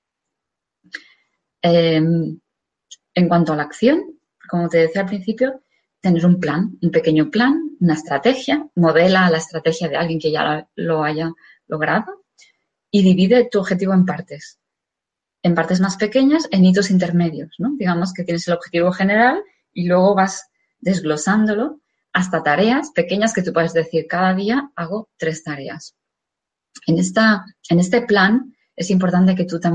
Eh, en cuanto a la acción, como te decía al principio, tener un plan, un pequeño plan, una estrategia, modela la estrategia de alguien que ya lo haya logrado y divide tu objetivo en partes. En partes más pequeñas, en hitos intermedios, ¿no? Digamos que tienes el objetivo general y luego vas desglosándolo hasta tareas pequeñas que tú puedes decir, cada día hago tres tareas. En, esta, en este plan es importante que tú también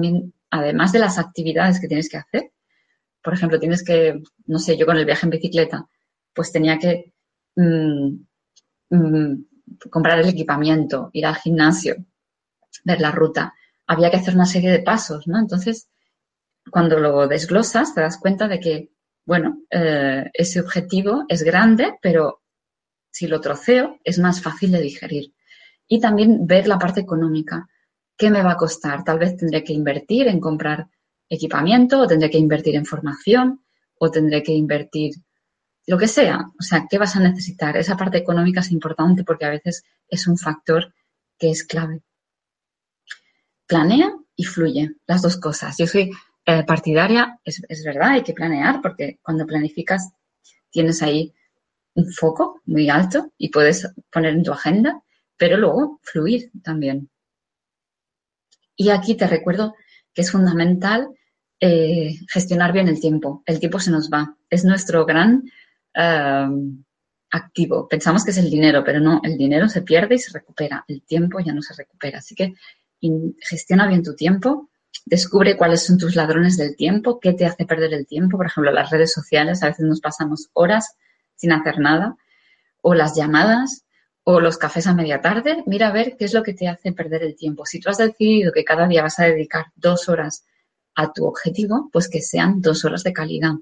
además de las actividades que tienes que hacer, por ejemplo, tienes que, no sé, yo con el viaje en bicicleta, pues tenía que mmm, mmm, comprar el equipamiento, ir al gimnasio, ver la ruta. Había que hacer una serie de pasos, ¿no? Entonces, cuando lo desglosas, te das cuenta de que, bueno, eh, ese objetivo es grande, pero si lo troceo, es más fácil de digerir. Y también ver la parte económica. ¿Qué me va a costar? Tal vez tendré que invertir en comprar equipamiento, o tendré que invertir en formación, o tendré que invertir lo que sea. O sea, ¿qué vas a necesitar? Esa parte económica es importante porque a veces es un factor que es clave. Planea y fluye, las dos cosas. Yo soy eh, partidaria, es, es verdad, hay que planear porque cuando planificas tienes ahí un foco muy alto y puedes poner en tu agenda, pero luego fluir también. Y aquí te recuerdo que es fundamental eh, gestionar bien el tiempo. El tiempo se nos va. Es nuestro gran eh, activo. Pensamos que es el dinero, pero no, el dinero se pierde y se recupera. El tiempo ya no se recupera. Así que in, gestiona bien tu tiempo. Descubre cuáles son tus ladrones del tiempo, qué te hace perder el tiempo. Por ejemplo, las redes sociales, a veces nos pasamos horas sin hacer nada, o las llamadas, o los cafés a media tarde. Mira a ver qué es lo que te hace perder el tiempo. Si tú has decidido que cada día vas a dedicar dos horas a tu objetivo, pues que sean dos horas de calidad.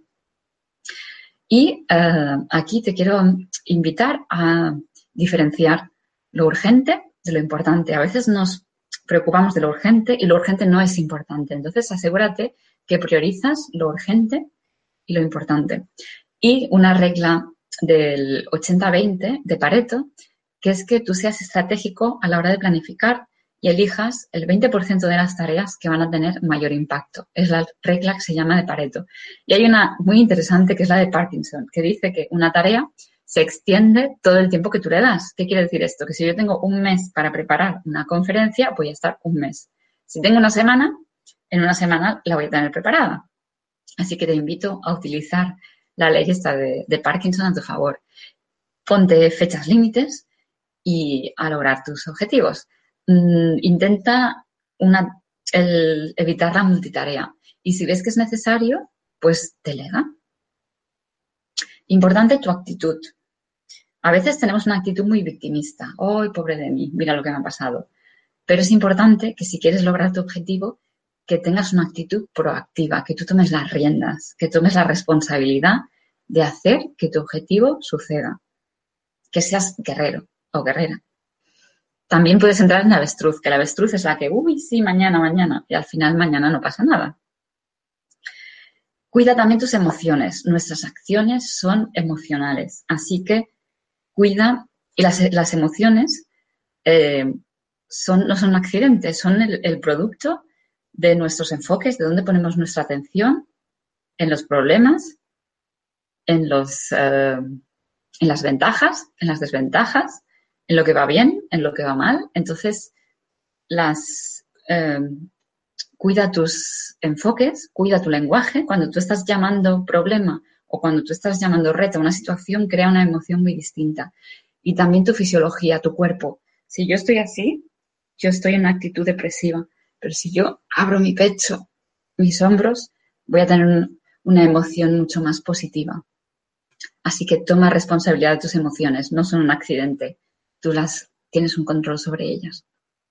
Y eh, aquí te quiero invitar a diferenciar lo urgente de lo importante. A veces nos preocupamos de lo urgente y lo urgente no es importante. Entonces, asegúrate que priorizas lo urgente y lo importante. Y una regla del ochenta veinte de Pareto, que es que tú seas estratégico a la hora de planificar y elijas el veinte por ciento de las tareas que van a tener mayor impacto. Es la regla que se llama de Pareto. Y hay una muy interesante que es la de Parkinson, que dice que una tarea se extiende todo el tiempo que tú le das. ¿Qué quiere decir esto? Que si yo tengo un mes para preparar una conferencia, voy a estar un mes. Si tengo una semana, en una semana la voy a tener preparada. Así que te invito a utilizar la ley esta de, de Parkinson a tu favor. Ponte fechas límites y a lograr tus objetivos. Mm, intenta una, el, evitar la multitarea. Y si ves que es necesario, pues delega. Importante tu actitud. A veces tenemos una actitud muy victimista. ¡Ay, pobre de mí! Mira lo que me ha pasado. Pero es importante que si quieres lograr tu objetivo, que tengas una actitud proactiva, que tú tomes las riendas, que tomes la responsabilidad de hacer que tu objetivo suceda. Que seas guerrero o guerrera. También puedes entrar en la avestruz, que la avestruz es la que, uy, sí, mañana, mañana, y al final mañana no pasa nada. Cuida también tus emociones. Nuestras acciones son emocionales, así que cuida, y las, las emociones eh, son, no son accidentes, son el, el producto de nuestros enfoques, de dónde ponemos nuestra atención, en los problemas, en, los, eh, en las ventajas, en las desventajas, en lo que va bien, en lo que va mal. Entonces, las, eh, cuida tus enfoques, cuida tu lenguaje. Cuando tú estás llamando problema o cuando tú estás llamando reto a una situación, crea una emoción muy distinta. Y también tu fisiología, tu cuerpo. Si yo estoy así, yo estoy en una actitud depresiva. Pero si yo abro mi pecho, mis hombros, voy a tener un, una emoción mucho más positiva. Así que toma responsabilidad de tus emociones. No son un accidente. Tú las tienes un control sobre ellas.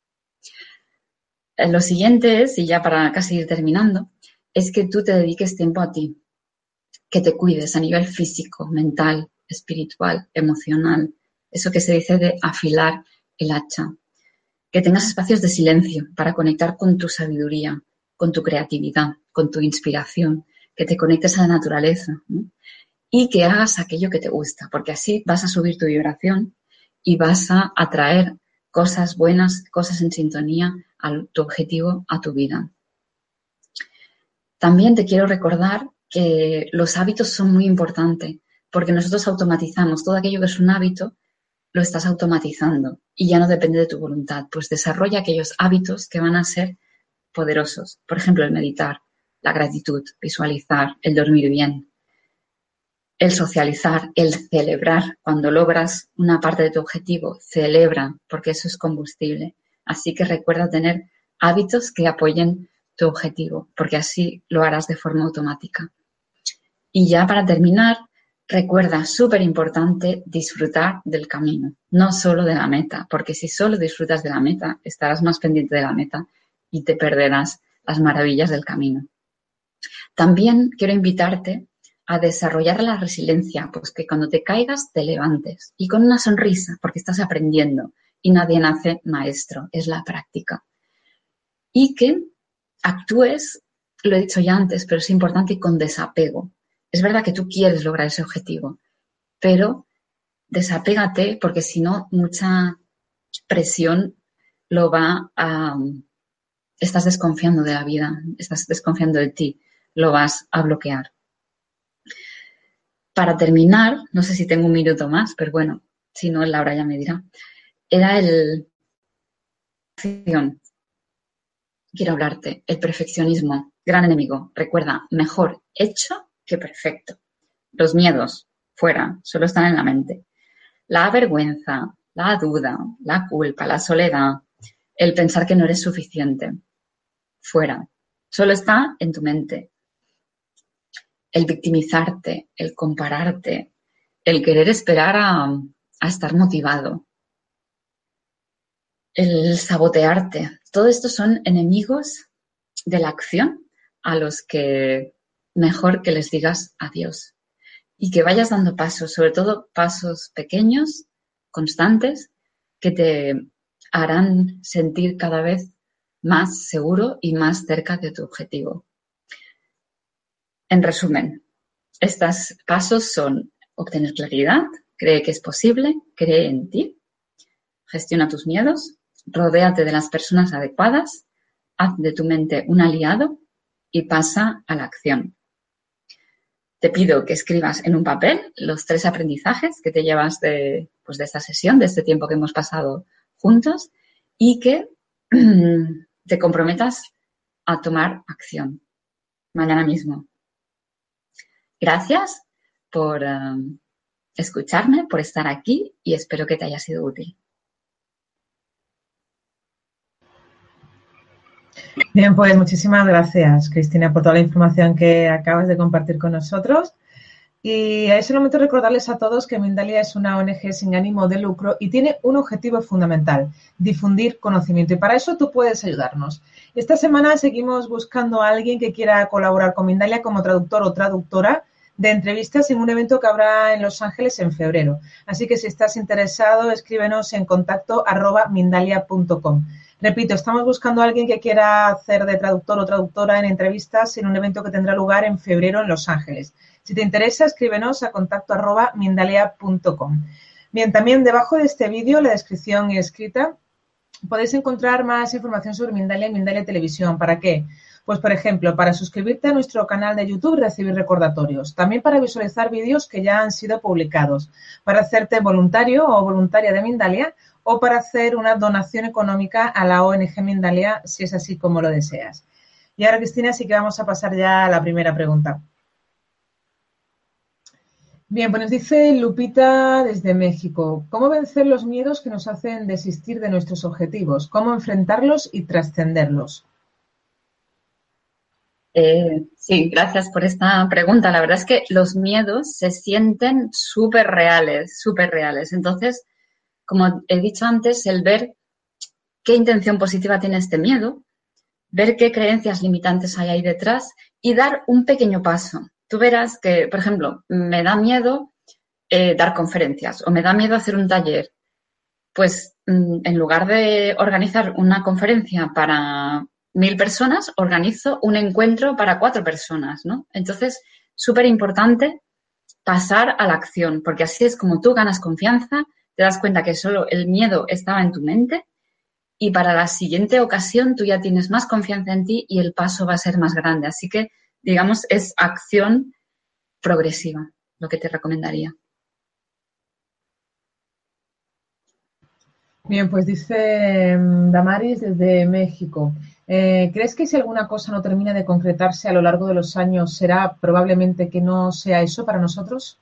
Lo siguiente es, y ya para casi ir terminando, es que tú te dediques tiempo a ti. Que te cuides a nivel físico, mental, espiritual, emocional. Eso que se dice de afilar el hacha. Que tengas espacios de silencio para conectar con tu sabiduría, con tu creatividad, con tu inspiración. Que te conectes a la naturaleza, ¿no? Y que hagas aquello que te gusta, porque así vas a subir tu vibración y vas a atraer cosas buenas, cosas en sintonía a tu objetivo, a tu vida. También te quiero recordar que los hábitos son muy importantes porque nosotros automatizamos todo aquello que es un hábito, lo estás automatizando y ya no depende de tu voluntad. Pues desarrolla aquellos hábitos que van a ser poderosos. Por ejemplo, el meditar, la gratitud, visualizar, el dormir bien, el socializar, el celebrar. Cuando logras una parte de tu objetivo, celebra, porque eso es combustible. Así que recuerda tener hábitos que apoyen tu objetivo, porque así lo harás de forma automática. Y ya para terminar, recuerda, súper importante, disfrutar del camino, no solo de la meta, porque si solo disfrutas de la meta, estarás más pendiente de la meta y te perderás las maravillas del camino. También quiero invitarte a desarrollar la resiliencia, pues que cuando te caigas te levantes y con una sonrisa, porque estás aprendiendo y nadie nace maestro, es la práctica. Y que actúes, lo he dicho ya antes, pero es importante, con desapego. Es verdad que tú quieres lograr ese objetivo, pero desapégate porque si no, mucha presión lo va a... Estás desconfiando de la vida, estás desconfiando de ti, lo vas a bloquear. Para terminar, no sé si tengo un minuto más, pero bueno, si no, Laura ya me dirá. Era el... Quiero hablarte, el perfeccionismo, gran enemigo. Recuerda, mejor hecho que perfecto. Los miedos, fuera, solo están en la mente. La vergüenza, la duda, la culpa, la soledad, el pensar que no eres suficiente, fuera, solo está en tu mente. El victimizarte, el compararte, el querer esperar a, a estar motivado, el sabotearte. Todo esto son enemigos de la acción a los que mejor que les digas adiós y que vayas dando pasos, sobre todo pasos pequeños, constantes, que te harán sentir cada vez más seguro y más cerca de tu objetivo. En resumen, estos pasos son obtener claridad, cree que es posible, cree en ti, gestiona tus miedos, rodéate de las personas adecuadas, haz de tu mente un aliado y pasa a la acción. Te pido que escribas en un papel los tres aprendizajes que te llevas de, pues de esta sesión, de este tiempo que hemos pasado juntos y que te comprometas a tomar acción mañana mismo. Gracias por uh, escucharme, por estar aquí y espero que te haya sido útil. Bien, pues muchísimas gracias, Cristina, por toda la información que acabas de compartir con nosotros. Y es el momento de recordarles a todos que Mindalia es una O N Ge sin ánimo de lucro y tiene un objetivo fundamental, difundir conocimiento. Y para eso tú puedes ayudarnos. Esta semana seguimos buscando a alguien que quiera colaborar con Mindalia como traductor o traductora de entrevistas en un evento que habrá en Los Ángeles en febrero. Así que si estás interesado, escríbenos en contacto arroba mindalia punto com. Repito, estamos buscando a alguien que quiera hacer de traductor o traductora en entrevistas en un evento que tendrá lugar en febrero en Los Ángeles. Si te interesa, escríbenos a contacto arroba mindalia punto com. Bien, también debajo de este vídeo, la descripción escrita, podéis encontrar más información sobre Mindalia y Mindalia Televisión. ¿Para qué? Pues, por ejemplo, para suscribirte a nuestro canal de YouTube y recibir recordatorios. También para visualizar vídeos que ya han sido publicados. Para hacerte voluntario o voluntaria de Mindalia o para hacer una donación económica a la O N Ge Mindalia, si es así como lo deseas. Y ahora, Cristina, sí que vamos a pasar ya a la primera pregunta. Bien, pues nos dice Lupita desde México. ¿Cómo vencer los miedos que nos hacen desistir de nuestros objetivos? ¿Cómo enfrentarlos y trascenderlos? Eh, sí, gracias por esta pregunta. La verdad es que los miedos se sienten súper reales, súper reales. Entonces, como he dicho antes, el ver qué intención positiva tiene este miedo, ver qué creencias limitantes hay ahí detrás y dar un pequeño paso. Tú verás que, por ejemplo, me da miedo eh, dar conferencias o me da miedo hacer un taller. Pues mm, en lugar de organizar una conferencia para mil personas, organizo un encuentro para cuatro personas, ¿no? Entonces, súper importante pasar a la acción, porque así es como tú ganas confianza, te das cuenta que solo el miedo estaba en tu mente y para la siguiente ocasión tú ya tienes más confianza en ti y el paso va a ser más grande. Así que, digamos, es acción progresiva lo que te recomendaría. Bien, pues dice Damaris desde México. Eh, ¿Crees que si alguna cosa no termina de concretarse a lo largo de los años, será probablemente que no sea eso para nosotros?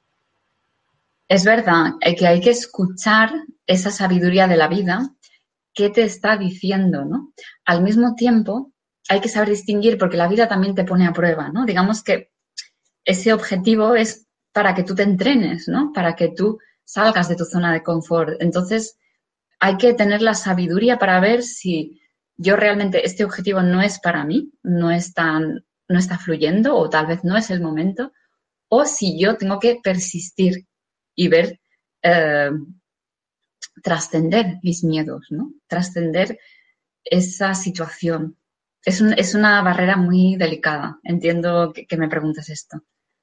Es verdad que hay que escuchar esa sabiduría de la vida qué te está diciendo, ¿no? Al mismo tiempo, hay que saber distinguir porque la vida también te pone a prueba, ¿no? Digamos que ese objetivo es para que tú te entrenes, ¿no? Para que tú salgas de tu zona de confort. Entonces, hay que tener la sabiduría para ver si yo realmente este objetivo no es para mí, no es tan, no está fluyendo o tal vez no es el momento, o si yo tengo que persistir y ver, eh, trascender mis miedos, ¿no? Trascender esa situación. Es, un, es una barrera muy delicada. Entiendo que, que me preguntes esto.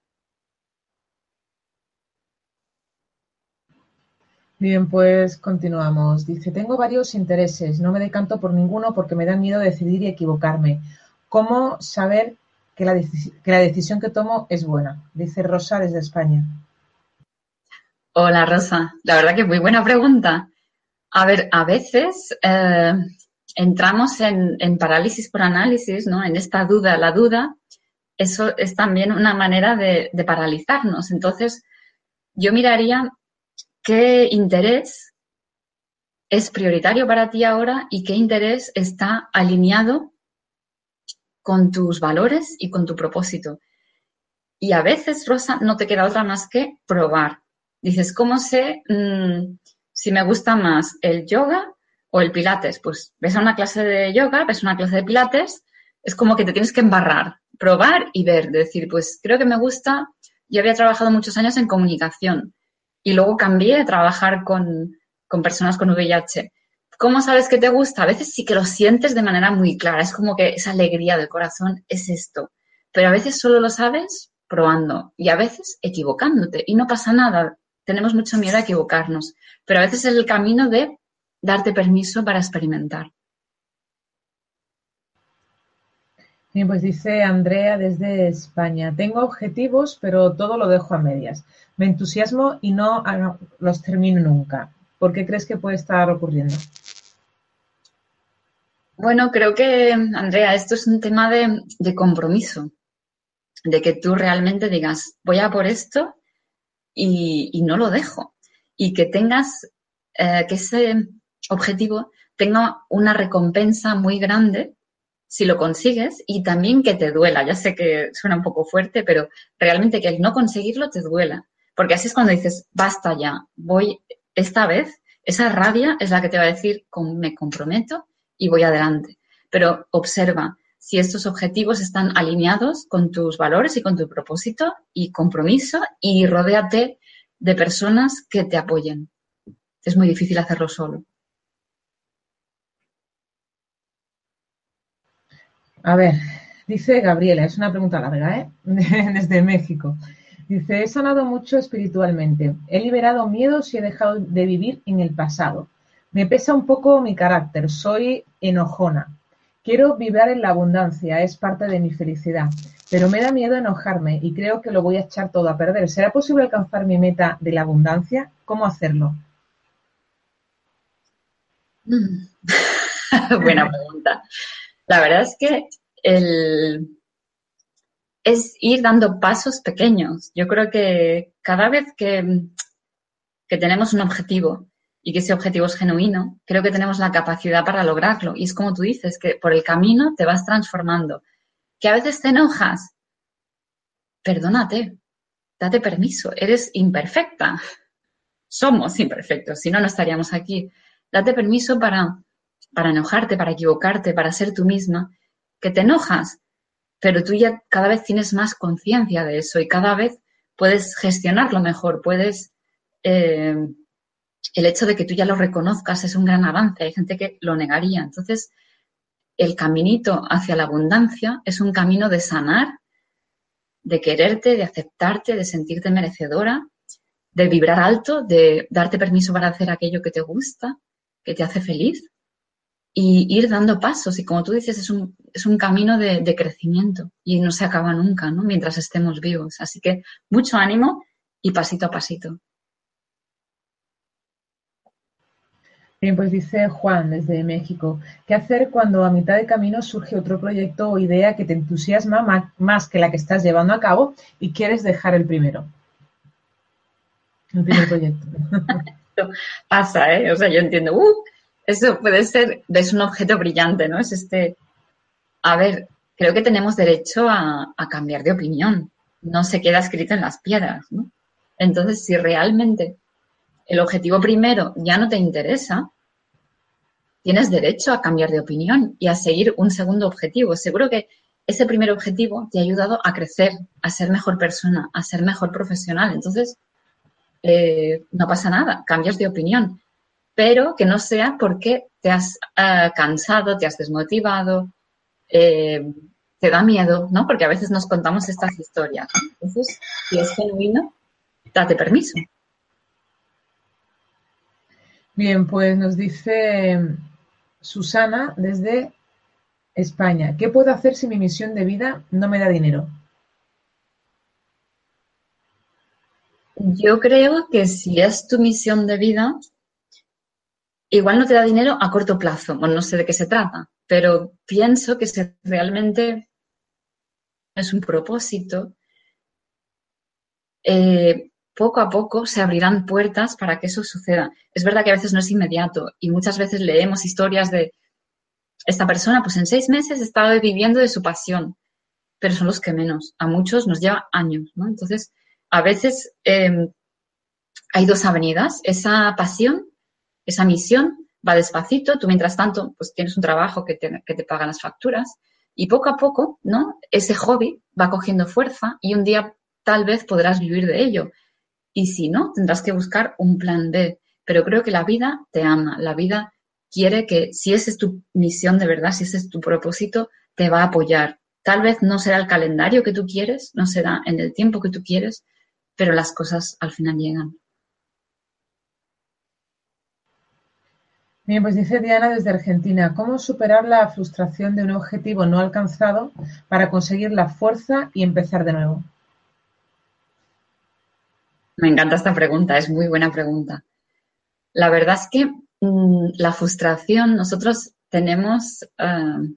Bien, pues continuamos. Dice, tengo varios intereses, no me decanto por ninguno porque me da miedo decidir y equivocarme. ¿Cómo saber que la, deci- que la decisión que tomo es buena? Dice Rosa desde España. Hola, Rosa. La verdad que muy buena pregunta. A ver, a veces eh, entramos en, en parálisis por análisis, ¿no? En esta duda. La duda, eso es también una manera de, de paralizarnos. Entonces, yo miraría qué interés es prioritario para ti ahora y qué interés está alineado con tus valores y con tu propósito. Y a veces, Rosa, no te queda otra más que probar. Dices, ¿cómo sé mmm, si me gusta más el yoga o el pilates? Pues ves a una clase de yoga, ves una clase de pilates, es como que te tienes que embarrar, probar y ver. Decir, pues creo que me gusta, yo había trabajado muchos años en comunicación y luego cambié a trabajar con, con personas con V I H. ¿Cómo sabes que te gusta? A veces sí que lo sientes de manera muy clara, es como que esa alegría del corazón es esto. Pero a veces solo lo sabes probando y a veces equivocándote y no pasa nada. Tenemos mucho miedo a equivocarnos, pero a veces es el camino de darte permiso para experimentar. Bien, pues dice Andrea desde España, tengo objetivos, pero todo lo dejo a medias. Me entusiasmo y no ah, los termino nunca. ¿Por qué crees que puede estar ocurriendo? Bueno, creo que, Andrea, esto es un tema de, de compromiso, de que tú realmente digas, voy a por esto y, y no lo dejo. Y que tengas, eh, que ese objetivo tenga una recompensa muy grande si lo consigues y también que te duela. Ya sé que suena un poco fuerte, pero realmente que el no conseguirlo te duela. Porque así es cuando dices, basta ya, voy esta vez, esa rabia es la que te va a decir, me comprometo y voy adelante. Pero observa si estos objetivos están alineados con tus valores y con tu propósito y compromiso y rodéate de personas que te apoyen. Es muy difícil hacerlo solo. A ver, dice Gabriela, es una pregunta larga, ¿eh? Desde México. Dice, he sanado mucho espiritualmente, he liberado miedos y he dejado de vivir en el pasado. Me pesa un poco mi carácter, soy enojona. Quiero vibrar en la abundancia, es parte de mi felicidad, pero me da miedo enojarme y creo que lo voy a echar todo a perder. ¿Será posible alcanzar mi meta de la abundancia? ¿Cómo hacerlo? Mm. Buena pregunta. La verdad es que el... es ir dando pasos pequeños. Yo creo que cada vez que, que tenemos un objetivo y que ese objetivo es genuino, creo que tenemos la capacidad para lograrlo. Y es como tú dices, que por el camino te vas transformando. Que a veces te enojas, perdónate, date permiso, eres imperfecta. Somos imperfectos, si no, no estaríamos aquí. Date permiso para, para enojarte, para equivocarte, para ser tú misma. Que te enojas, pero tú ya cada vez tienes más conciencia de eso y cada vez puedes gestionarlo mejor, puedes... Eh, el hecho de que tú ya lo reconozcas es un gran avance, hay gente que lo negaría. Entonces, el caminito hacia la abundancia es un camino de sanar, de quererte, de aceptarte, de sentirte merecedora, de vibrar alto, de darte permiso para hacer aquello que te gusta, que te hace feliz y ir dando pasos. Y como tú dices, es un, es un camino de, de crecimiento y no se acaba nunca, ¿no? Mientras estemos vivos. Así que mucho ánimo y pasito a pasito. Bien, pues dice Juan desde México, ¿qué hacer cuando a mitad de camino surge otro proyecto o idea que te entusiasma más que la que estás llevando a cabo y quieres dejar el primero? El primer proyecto. Pasa, ¿eh? O sea, yo entiendo, uh, eso puede ser, ves un objeto brillante, ¿no? Es este, a ver, creo que tenemos derecho a, a cambiar de opinión. No se queda escrito en las piedras, ¿no? Entonces, si realmente el objetivo primero ya no te interesa, tienes derecho a cambiar de opinión y a seguir un segundo objetivo. Seguro que ese primer objetivo te ha ayudado a crecer, a ser mejor persona, a ser mejor profesional. Entonces, eh, no pasa nada, cambias de opinión, pero que no sea porque te has uh, cansado, te has desmotivado, eh, te da miedo, ¿no? Porque a veces nos contamos estas historias. Entonces, si es genuino, date permiso. Bien, pues nos dice Susana desde España. ¿Qué puedo hacer si mi misión de vida no me da dinero? Yo creo que si es tu misión de vida, igual no te da dinero a corto plazo. Bueno, no sé de qué se trata, pero pienso que si realmente es un propósito, eh, poco a poco se abrirán puertas para que eso suceda. Es verdad que a veces no es inmediato y muchas veces leemos historias de esta persona, pues en seis meses estaba viviendo de su pasión, pero son los que menos. A muchos nos lleva años, ¿no? Entonces, a veces eh, hay dos avenidas. Esa pasión, esa misión va despacito. Tú, mientras tanto, pues tienes un trabajo que te, que te pagan las facturas y poco a poco, ¿no? Ese hobby va cogiendo fuerza y un día tal vez podrás vivir de ello. Y si no, tendrás que buscar un plan B. Pero creo que la vida te ama. La vida quiere que, si esa es tu misión de verdad, si ese es tu propósito, te va a apoyar. Tal vez no será el calendario que tú quieres, no será en el tiempo que tú quieres, pero las cosas al final llegan. Bien, pues dice Diana desde Argentina, ¿cómo superar la frustración de un objetivo no alcanzado para conseguir la fuerza y empezar de nuevo? Me encanta esta pregunta, es muy buena pregunta. La verdad es que mmm, la frustración, nosotros tenemos uh,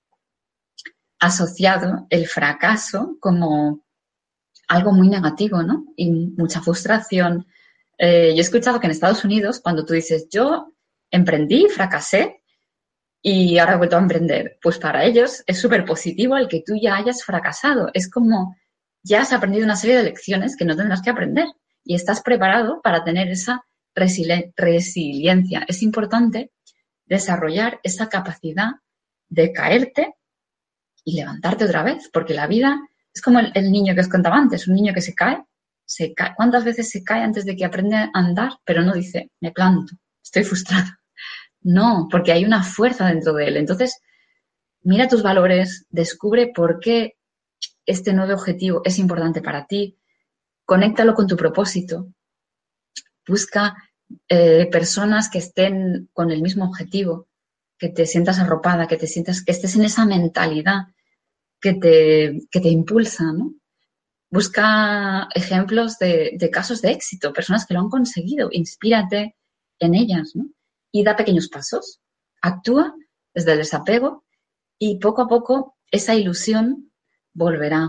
asociado el fracaso como algo muy negativo, ¿no? Y mucha frustración. Eh, yo he escuchado que en Estados Unidos, cuando tú dices, yo emprendí, fracasé y ahora he vuelto a emprender, pues para ellos es súper positivo el que tú ya hayas fracasado. Es como ya has aprendido una serie de lecciones que no tendrás que aprender y estás preparado para tener esa resili- resiliencia. Es importante desarrollar esa capacidad de caerte y levantarte otra vez, porque la vida es como el, el niño que os contaba antes, un niño que se cae, se cae. ¿Cuántas veces se cae antes de que aprende a andar? Pero no dice, me planto, estoy frustrado. No, porque hay una fuerza dentro de él. Entonces, mira tus valores, descubre por qué este nuevo objetivo es importante para ti, conéctalo con tu propósito, busca eh, personas que estén con el mismo objetivo, que te sientas arropada, que te sientas, que estés en esa mentalidad que te, que te impulsa, ¿no? Busca ejemplos de, de casos de éxito, personas que lo han conseguido, inspírate en ellas, ¿no? Y da pequeños pasos, actúa desde el desapego y poco a poco esa ilusión volverá.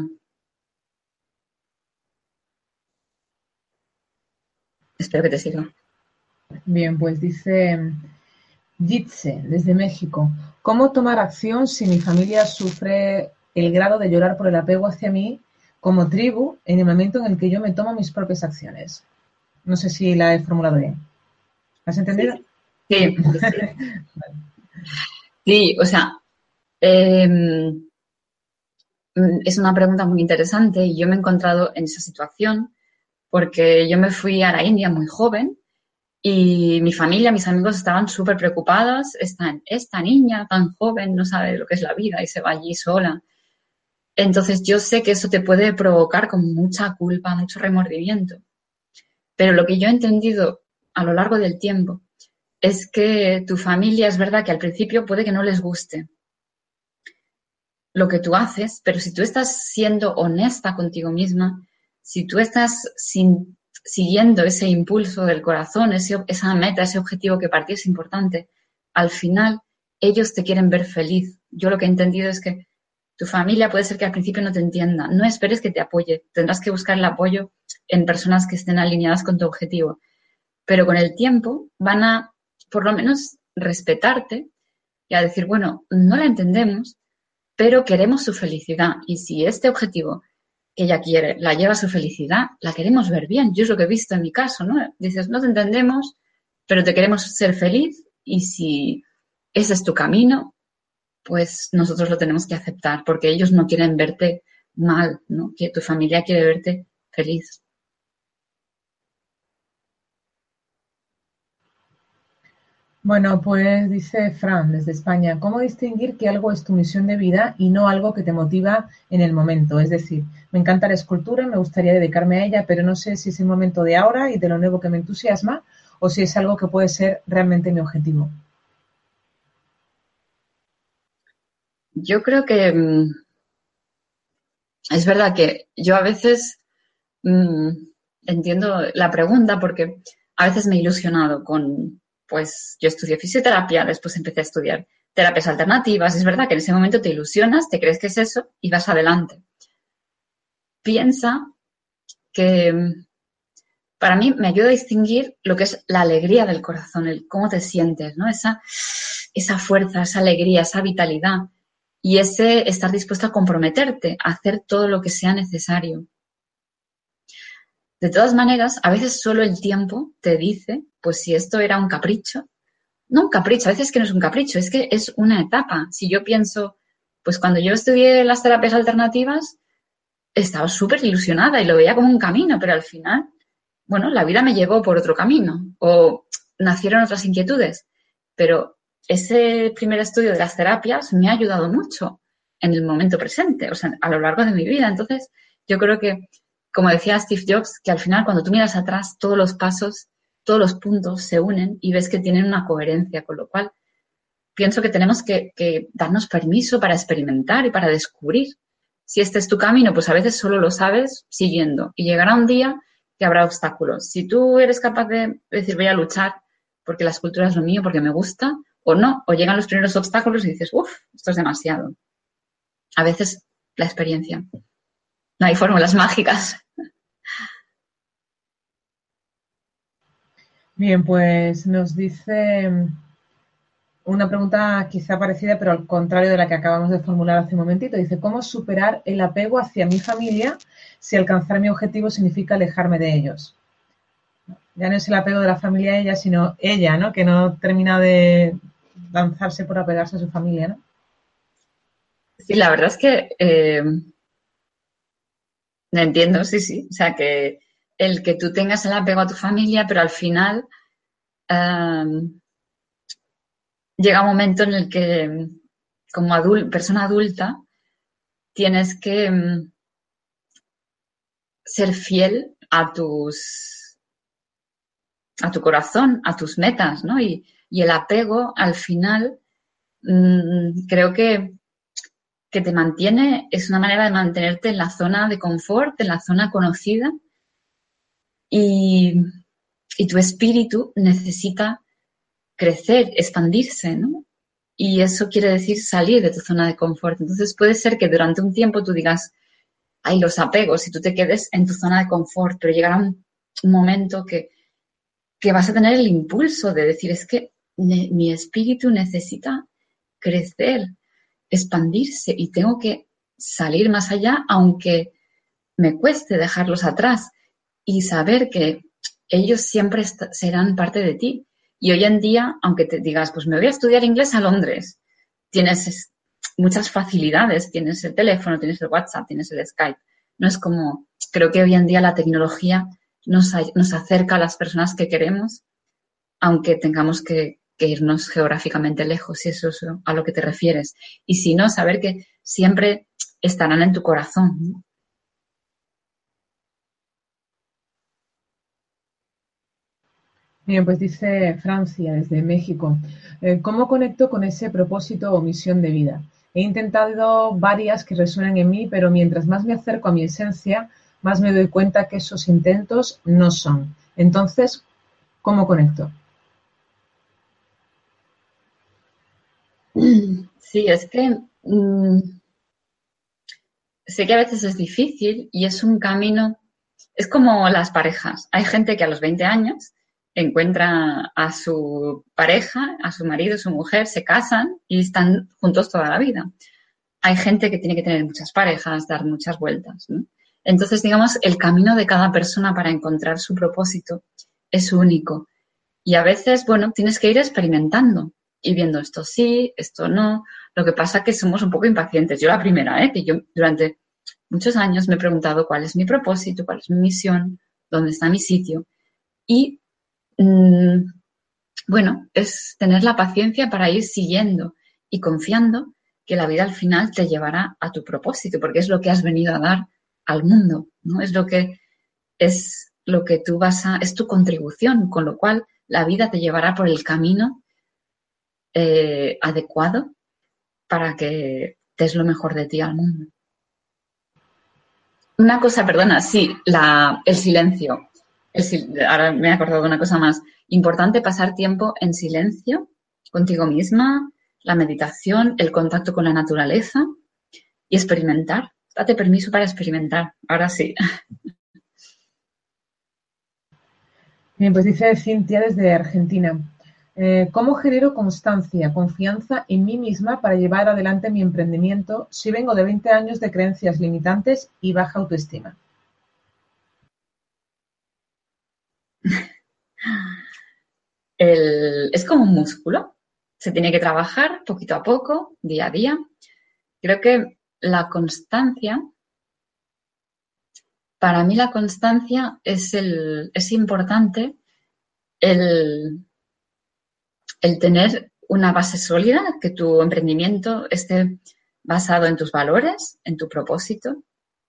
Espero que te sirva. Bien, pues dice Jitse, desde México. ¿Cómo tomar acción si mi familia sufre el grado de llorar por el apego hacia mí como tribu en el momento en el que yo me tomo mis propias acciones? No sé si la he formulado bien. ¿Has entendido? Sí, sí, sí. Sí, o sea, eh, es una pregunta muy interesante y yo me he encontrado en esa situación porque yo me fui a la India muy joven y mi familia, mis amigos estaban súper preocupados. Esta, esta niña tan joven no sabe lo que es la vida y se va allí sola. Entonces yo sé que eso te puede provocar con mucha culpa, mucho remordimiento. Pero lo que yo he entendido a lo largo del tiempo es que tu familia es verdad que al principio puede que no les guste lo que tú haces, pero si tú estás siendo honesta contigo misma, si tú estás sin, siguiendo ese impulso del corazón, ese, esa meta, ese objetivo que para ti es importante, al final ellos te quieren ver feliz. Yo lo que he entendido es que tu familia puede ser que al principio no te entienda. No esperes que te apoye. Tendrás que buscar el apoyo en personas que estén alineadas con tu objetivo. Pero con el tiempo van a, por lo menos, respetarte y a decir, bueno, no la entendemos, pero queremos su felicidad. Y si este objetivo que ella quiere la lleva a su felicidad, la queremos ver bien. Yo es lo que he visto en mi caso, ¿no? Dices, no te entendemos, pero te queremos ser feliz y si ese es tu camino, pues nosotros lo tenemos que aceptar porque ellos no quieren verte mal, ¿no? Que tu familia quiere verte feliz. Bueno, pues dice Fran desde España, ¿cómo distinguir que algo es tu misión de vida y no algo que te motiva en el momento? Es decir, me encanta la escultura, me gustaría dedicarme a ella, pero no sé si es el momento de ahora y de lo nuevo que me entusiasma o si es algo que puede ser realmente mi objetivo. Yo creo que mmm, es verdad que yo a veces mmm, entiendo la pregunta porque a veces me he ilusionado con, pues yo estudié fisioterapia, después empecé a estudiar terapias alternativas. Es verdad que en ese momento te ilusionas, te crees que es eso y vas adelante. Piensa que para mí me ayuda a distinguir lo que es la alegría del corazón, el cómo te sientes, ¿no? Esa, esa fuerza, esa alegría, esa vitalidad y ese estar dispuesto a comprometerte, a hacer todo lo que sea necesario. De todas maneras, a veces solo el tiempo te dice, pues si esto era un capricho, no un capricho, a veces es que no es un capricho, es que es una etapa. Si yo pienso, pues cuando yo estudié las terapias alternativas, estaba súper ilusionada y lo veía como un camino, pero al final, bueno, la vida me llevó por otro camino o nacieron otras inquietudes, pero ese primer estudio de las terapias me ha ayudado mucho en el momento presente, o sea, a lo largo de mi vida. Entonces, yo creo que, como decía Steve Jobs, que al final cuando tú miras atrás, todos los pasos, todos los puntos se unen y ves que tienen una coherencia, con lo cual pienso que tenemos que, que darnos permiso para experimentar y para descubrir. Si este es tu camino, pues a veces solo lo sabes siguiendo y llegará un día que habrá obstáculos. Si tú eres capaz de decir voy a luchar porque la escultura es lo mío, porque me gusta, o no, o llegan los primeros obstáculos y dices, uff, esto es demasiado. A veces la experiencia. No hay fórmulas mágicas. Bien, pues nos dice una pregunta quizá parecida, pero al contrario de la que acabamos de formular hace un momentito. Dice, ¿cómo superar el apego hacia mi familia si alcanzar mi objetivo significa alejarme de ellos? Ya no es el apego de la familia a ella, sino ella, ¿no? Que no termina de lanzarse por apegarse a su familia, ¿no? Sí, la verdad es que eh, entiendo, sí, sí. O sea, que el que tú tengas el apego a tu familia, pero al final eh, llega un momento en el que, como adul- persona adulta, tienes que um, ser fiel a tus, a tu corazón, a tus metas, ¿no? Y, y el apego, al final, mmm, creo que, que te mantiene, es una manera de mantenerte en la zona de confort, en la zona conocida, y, y tu espíritu necesita crecer, expandirse, ¿no? Y eso quiere decir salir de tu zona de confort. Entonces puede ser que durante un tiempo tú digas, hay los apegos y tú te quedes en tu zona de confort, pero llegará un, un momento que, que vas a tener el impulso de decir, es que ne, mi espíritu necesita crecer, expandirse y tengo que salir más allá, aunque me cueste dejarlos atrás y saber que ellos siempre serán parte de ti. Y hoy en día, aunque te digas, pues me voy a estudiar inglés a Londres, tienes muchas facilidades, tienes el teléfono, tienes el WhatsApp, tienes el Skype. No es como, creo que hoy en día la tecnología nos, nos acerca a las personas que queremos, aunque tengamos que, que irnos geográficamente lejos, si eso es a lo que te refieres. Y si no, saber que siempre estarán en tu corazón, ¿no? Bien, pues dice Francia desde México, eh, ¿cómo conecto con ese propósito o misión de vida? He intentado varias que resuenan en mí, pero mientras más me acerco a mi esencia, más me doy cuenta que esos intentos no son. Entonces, ¿cómo conecto? Sí, es que mmm, sé que a veces es difícil y es un camino, es como las parejas. Hay gente que a los veinte años encuentra a su pareja, a su marido, a su mujer, se casan y están juntos toda la vida. Hay gente que tiene que tener muchas parejas, dar muchas vueltas, ¿no? Entonces, digamos, el camino de cada persona para encontrar su propósito es único. Y a veces, bueno, tienes que ir experimentando y viendo esto sí, esto no. Lo que pasa es que somos un poco impacientes. Yo la primera, ¿eh? Que yo durante muchos años me he preguntado cuál es mi propósito, cuál es mi misión, dónde está mi sitio. Y, mmm, bueno, es tener la paciencia para ir siguiendo y confiando que la vida al final te llevará a tu propósito, porque es lo que has venido a dar al mundo, ¿no? Es lo que es lo que tú vas a, es tu contribución, con lo cual la vida te llevará por el camino eh, adecuado para que des lo mejor de ti al mundo. Una cosa, perdona, sí, la, el silencio. El, ahora me he acordado de una cosa más. Importante pasar tiempo en silencio contigo misma, la meditación, el contacto con la naturaleza y experimentar. Date permiso para experimentar. Ahora sí. Bien, pues dice Cintia desde Argentina. Eh, ¿Cómo genero constancia, confianza en mí misma para llevar adelante mi emprendimiento si vengo de veinte años de creencias limitantes y baja autoestima? El, es como un músculo. Se tiene que trabajar poquito a poco, día a día. Creo que la constancia, para mí la constancia es, el, es importante el, el tener una base sólida, que tu emprendimiento esté basado en tus valores, en tu propósito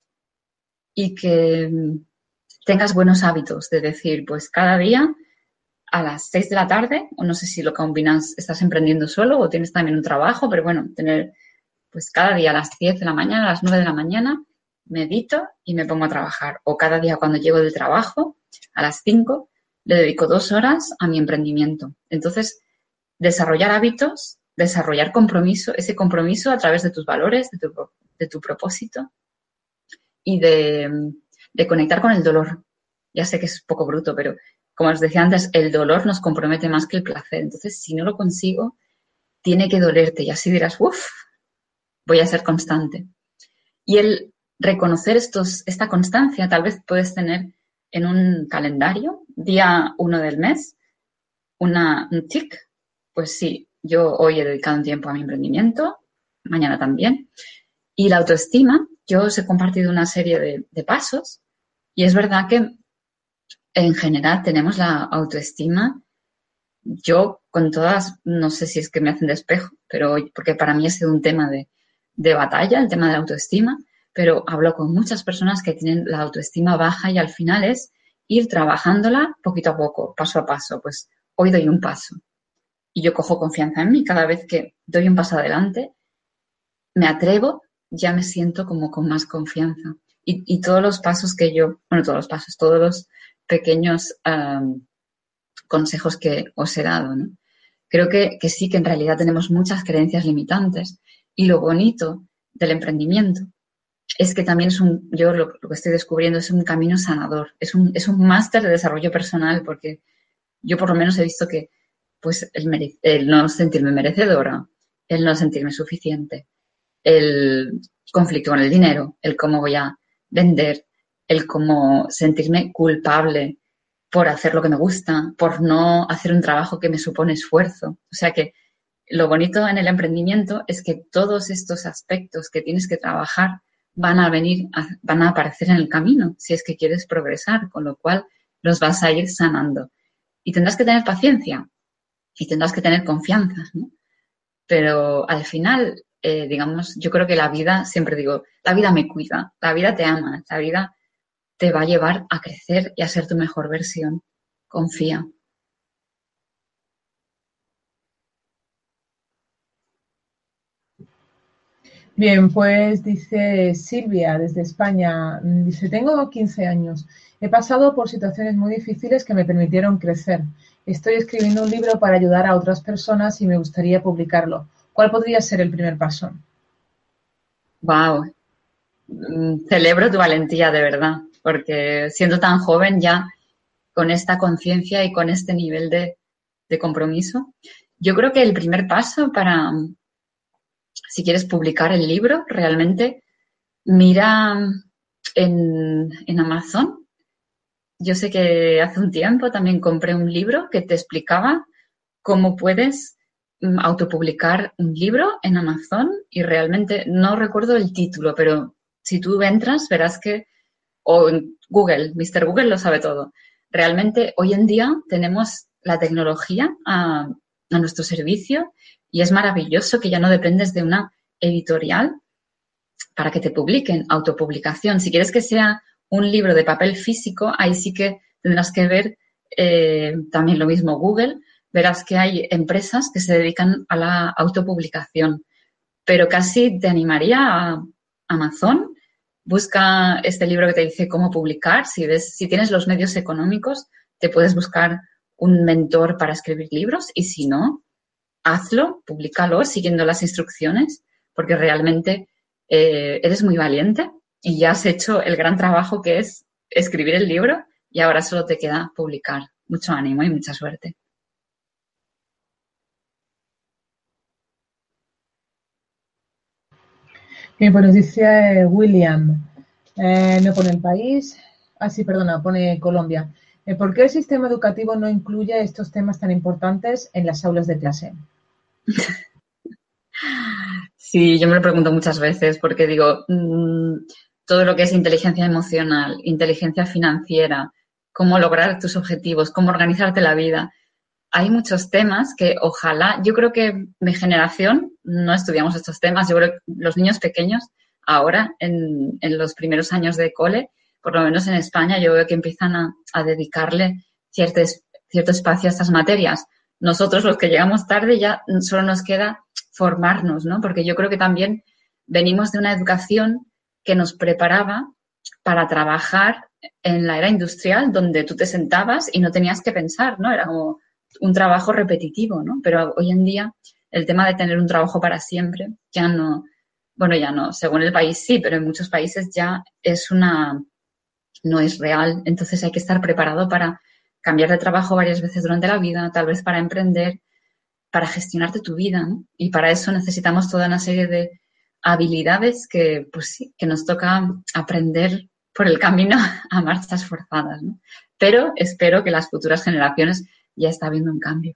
y que tengas buenos hábitos de decir, pues cada día a las seis de la tarde, o no sé si lo combinas, estás emprendiendo solo o tienes también un trabajo, pero bueno, tener pues cada día a las diez de la mañana, a las nueve de la mañana, medito y me pongo a trabajar. O cada día cuando llego del trabajo, a las cinco, le dedico dos horas a mi emprendimiento. Entonces, desarrollar hábitos, desarrollar compromiso, ese compromiso a través de tus valores, de tu, de tu propósito y de, de conectar con el dolor. Ya sé que es un poco bruto, pero como os decía antes, el dolor nos compromete más que el placer. Entonces, si no lo consigo, tiene que dolerte y así dirás, uff, voy a ser constante. Y el reconocer estos, esta constancia, tal vez puedes tener en un calendario, día uno del mes, una, un tic. Pues sí, yo hoy he dedicado un tiempo a mi emprendimiento, mañana también. Y la autoestima, yo os he compartido una serie de, de pasos y es verdad que en general tenemos la autoestima. Yo con todas, no sé si es que me hacen de espejo, pero porque para mí ha sido un tema de, de batalla, el tema de la autoestima, pero hablo con muchas personas que tienen la autoestima baja y al final es ir trabajándola poquito a poco, paso a paso. Pues hoy doy un paso y yo cojo confianza en mí. Cada vez que doy un paso adelante, me atrevo, ya me siento como con más confianza. Y, y todos los pasos que yo, bueno, todos los pasos, todos los pequeños um, consejos que os he dado, ¿no? Creo que, que sí que en realidad tenemos muchas creencias limitantes y lo bonito del emprendimiento es que también es un, yo lo, lo que estoy descubriendo es un camino sanador, es un, es un máster de desarrollo personal porque yo por lo menos he visto que pues el, mere, el no sentirme merecedora, el no sentirme suficiente, el conflicto con el dinero, el cómo voy a vender, el cómo sentirme culpable por hacer lo que me gusta, por no hacer un trabajo que me supone esfuerzo. O sea que lo bonito en el emprendimiento es que todos estos aspectos que tienes que trabajar van a venir, van a aparecer en el camino si es que quieres progresar, con lo cual los vas a ir sanando. Y tendrás que tener paciencia y tendrás que tener confianza, ¿no? Pero al final, eh, digamos, yo creo que la vida, siempre digo, la vida me cuida, la vida te ama, la vida te va a llevar a crecer y a ser tu mejor versión. Confía. Bien, pues dice Silvia desde España, dice, tengo quince años, he pasado por situaciones muy difíciles que me permitieron crecer. Estoy escribiendo un libro para ayudar a otras personas y me gustaría publicarlo. ¿Cuál podría ser el primer paso? Wow, celebro tu valentía de verdad, porque siendo tan joven ya con esta conciencia y con este nivel de, de compromiso. Yo creo que el primer paso para, si quieres publicar el libro, realmente mira en, en Amazon. Yo sé que hace un tiempo también compré un libro que te explicaba cómo puedes mm, autopublicar un libro en Amazon y realmente no recuerdo el título, pero si tú entras verás que, o en Google, míster Google lo sabe todo. Realmente hoy en día tenemos la tecnología a, a nuestro servicio y es maravilloso que ya no dependes de una editorial para que te publiquen, autopublicación. Si quieres que sea un libro de papel físico, ahí sí que tendrás que ver eh, también lo mismo Google. Verás que hay empresas que se dedican a la autopublicación, pero casi te animaría a Amazon. Busca este libro que te dice cómo publicar. Si ves, si tienes los medios económicos, te puedes buscar un mentor para escribir libros y si no, hazlo, públicalo siguiendo las instrucciones, porque realmente eh, eres muy valiente y ya has hecho el gran trabajo que es escribir el libro y ahora solo te queda publicar. Mucho ánimo y mucha suerte. Bien, pues nos dice eh, William, eh, me pone el país, ah sí, perdona, pone Colombia. Eh, ¿Por qué el sistema educativo no incluye estos temas tan importantes en las aulas de clase? Sí, yo me lo pregunto muchas veces porque digo, mmm, todo lo que es inteligencia emocional, inteligencia financiera, cómo lograr tus objetivos, cómo organizarte la vida. Hay muchos temas que ojalá, yo creo que mi generación no estudiamos estos temas. Yo creo que los niños pequeños ahora, en, en los primeros años de cole, por lo menos en España, yo veo que empiezan a, a dedicarle cierto, cierto espacio a estas materias. Nosotros, los que llegamos tarde, ya solo nos queda formarnos, ¿no? Porque yo creo que también venimos de una educación que nos preparaba para trabajar en la era industrial, donde tú te sentabas y no tenías que pensar, ¿no? Era como un trabajo repetitivo, ¿no? Pero hoy en día el tema de tener un trabajo para siempre ya no, bueno, ya no, según el país sí, pero en muchos países ya es una, no es real. Entonces hay que estar preparado para cambiar de trabajo varias veces durante la vida, tal vez para emprender, para gestionarte tu vida, ¿no? Y para eso necesitamos toda una serie de habilidades que, pues sí, que nos toca aprender por el camino a marchas forzadas, ¿no? Pero espero que las futuras generaciones ya está habiendo un cambio.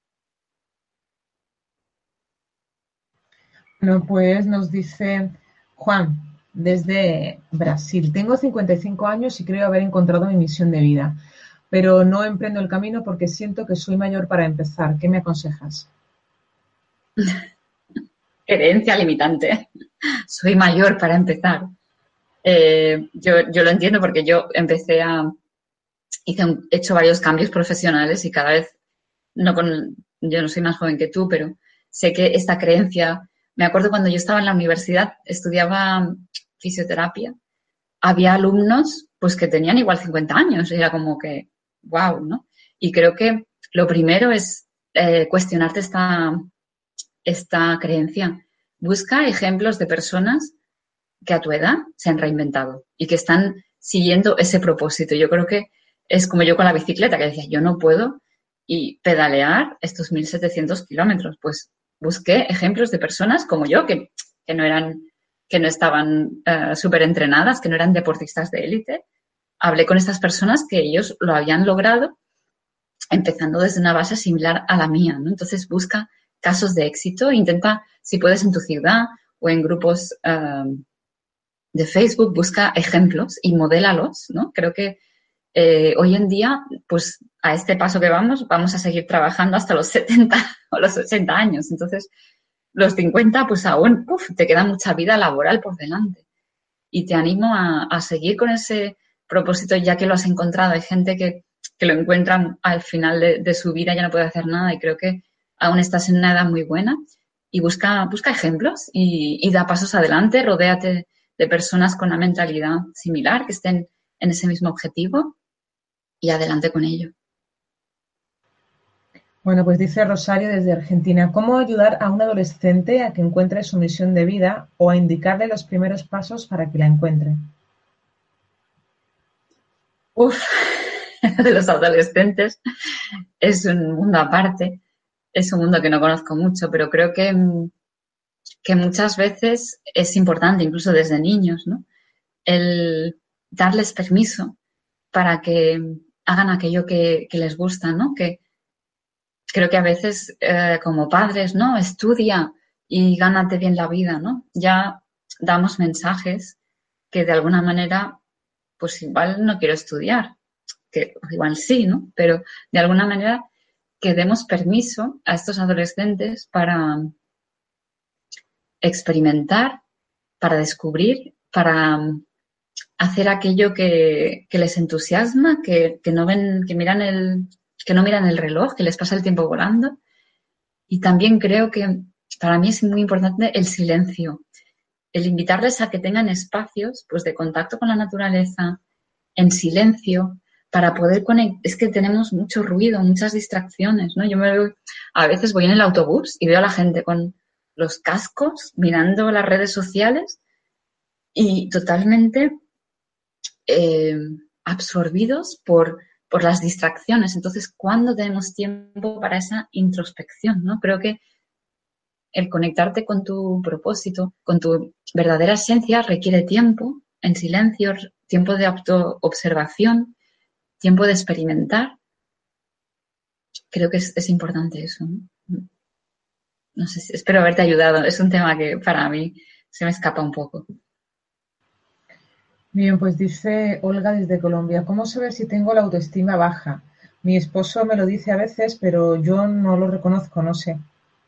Bueno, pues nos dice Juan, desde Brasil. Tengo cincuenta y cinco años y creo haber encontrado mi misión de vida, pero no emprendo el camino porque siento que soy mayor para empezar. ¿Qué me aconsejas? Creencia limitante. Soy mayor para empezar. Eh, yo, yo lo entiendo porque yo empecé a... Hice un, he hecho varios cambios profesionales y cada vez, no con, yo no soy más joven que tú, pero sé que esta creencia, me acuerdo cuando yo estaba en la universidad, estudiaba fisioterapia, había alumnos pues que tenían igual cincuenta años y era como que, wow, ¿no? Y creo que lo primero es eh, cuestionarte esta, esta creencia. Busca ejemplos de personas que a tu edad se han reinventado y que están siguiendo ese propósito. Yo creo que es como yo con la bicicleta, que decía, yo no puedo y pedalear estos mil setecientos kilómetros. Pues busqué ejemplos de personas como yo, que, que no eran, que no estaban uh, súper entrenadas, que no eran deportistas de élite. Hablé con estas personas que ellos lo habían logrado empezando desde una base similar a la mía, ¿no? Entonces busca casos de éxito, intenta, si puedes, en tu ciudad o en grupos uh, de Facebook, busca ejemplos y modélalos, ¿no? Creo que Eh, hoy en día, pues a este paso que vamos, vamos a seguir trabajando hasta los setenta o los ochenta años. Entonces, los cincuenta, pues aún uf, te queda mucha vida laboral por delante. Y te animo a, a seguir con ese propósito ya que lo has encontrado. Hay gente que, que lo encuentra al final de, de su vida, ya no puede hacer nada y creo que aún estás en una edad muy buena. Y busca, busca ejemplos y, y da pasos adelante. Rodéate de personas con una mentalidad similar, que estén en ese mismo objetivo y adelante con ello. Bueno, pues dice Rosario desde Argentina, ¿cómo ayudar a un adolescente a que encuentre su misión de vida o a indicarle los primeros pasos para que la encuentre? Uf, de los adolescentes es un mundo aparte, es un mundo que no conozco mucho, pero creo que, que muchas veces es importante, incluso desde niños, ¿no? El darles permiso para que hagan aquello que, que les gusta, ¿no? Que creo que a veces eh, como padres, ¿no? Estudia y gánate bien la vida, ¿no? Ya damos mensajes que de alguna manera, pues igual no quiero estudiar, que igual sí, ¿no? Pero de alguna manera que demos permiso a estos adolescentes para experimentar, para descubrir, para hacer aquello que, que les entusiasma, que, que no ven, que miran el, que no miran el reloj, que les pasa el tiempo volando. Y también creo que para mí es muy importante el silencio, el invitarles a que tengan espacios, pues, de contacto con la naturaleza, en silencio, para poder conectar. Es que tenemos mucho ruido, muchas distracciones, ¿no? Yo me veo, a veces voy en el autobús y veo a la gente con los cascos mirando las redes sociales y totalmente eh, absorbidos por, por las distracciones. Entonces, ¿cuándo tenemos tiempo para esa introspección, ¿no? Creo que el conectarte con tu propósito, con tu verdadera esencia, requiere tiempo, en silencio, tiempo de autoobservación, tiempo de experimentar. Creo que es, es importante eso, ¿no? No sé, si, espero haberte ayudado. Es un tema que para mí se me escapa un poco. Bien, pues dice Olga desde Colombia, ¿cómo saber si tengo la autoestima baja? Mi esposo me lo dice a veces, pero yo no lo reconozco, no sé.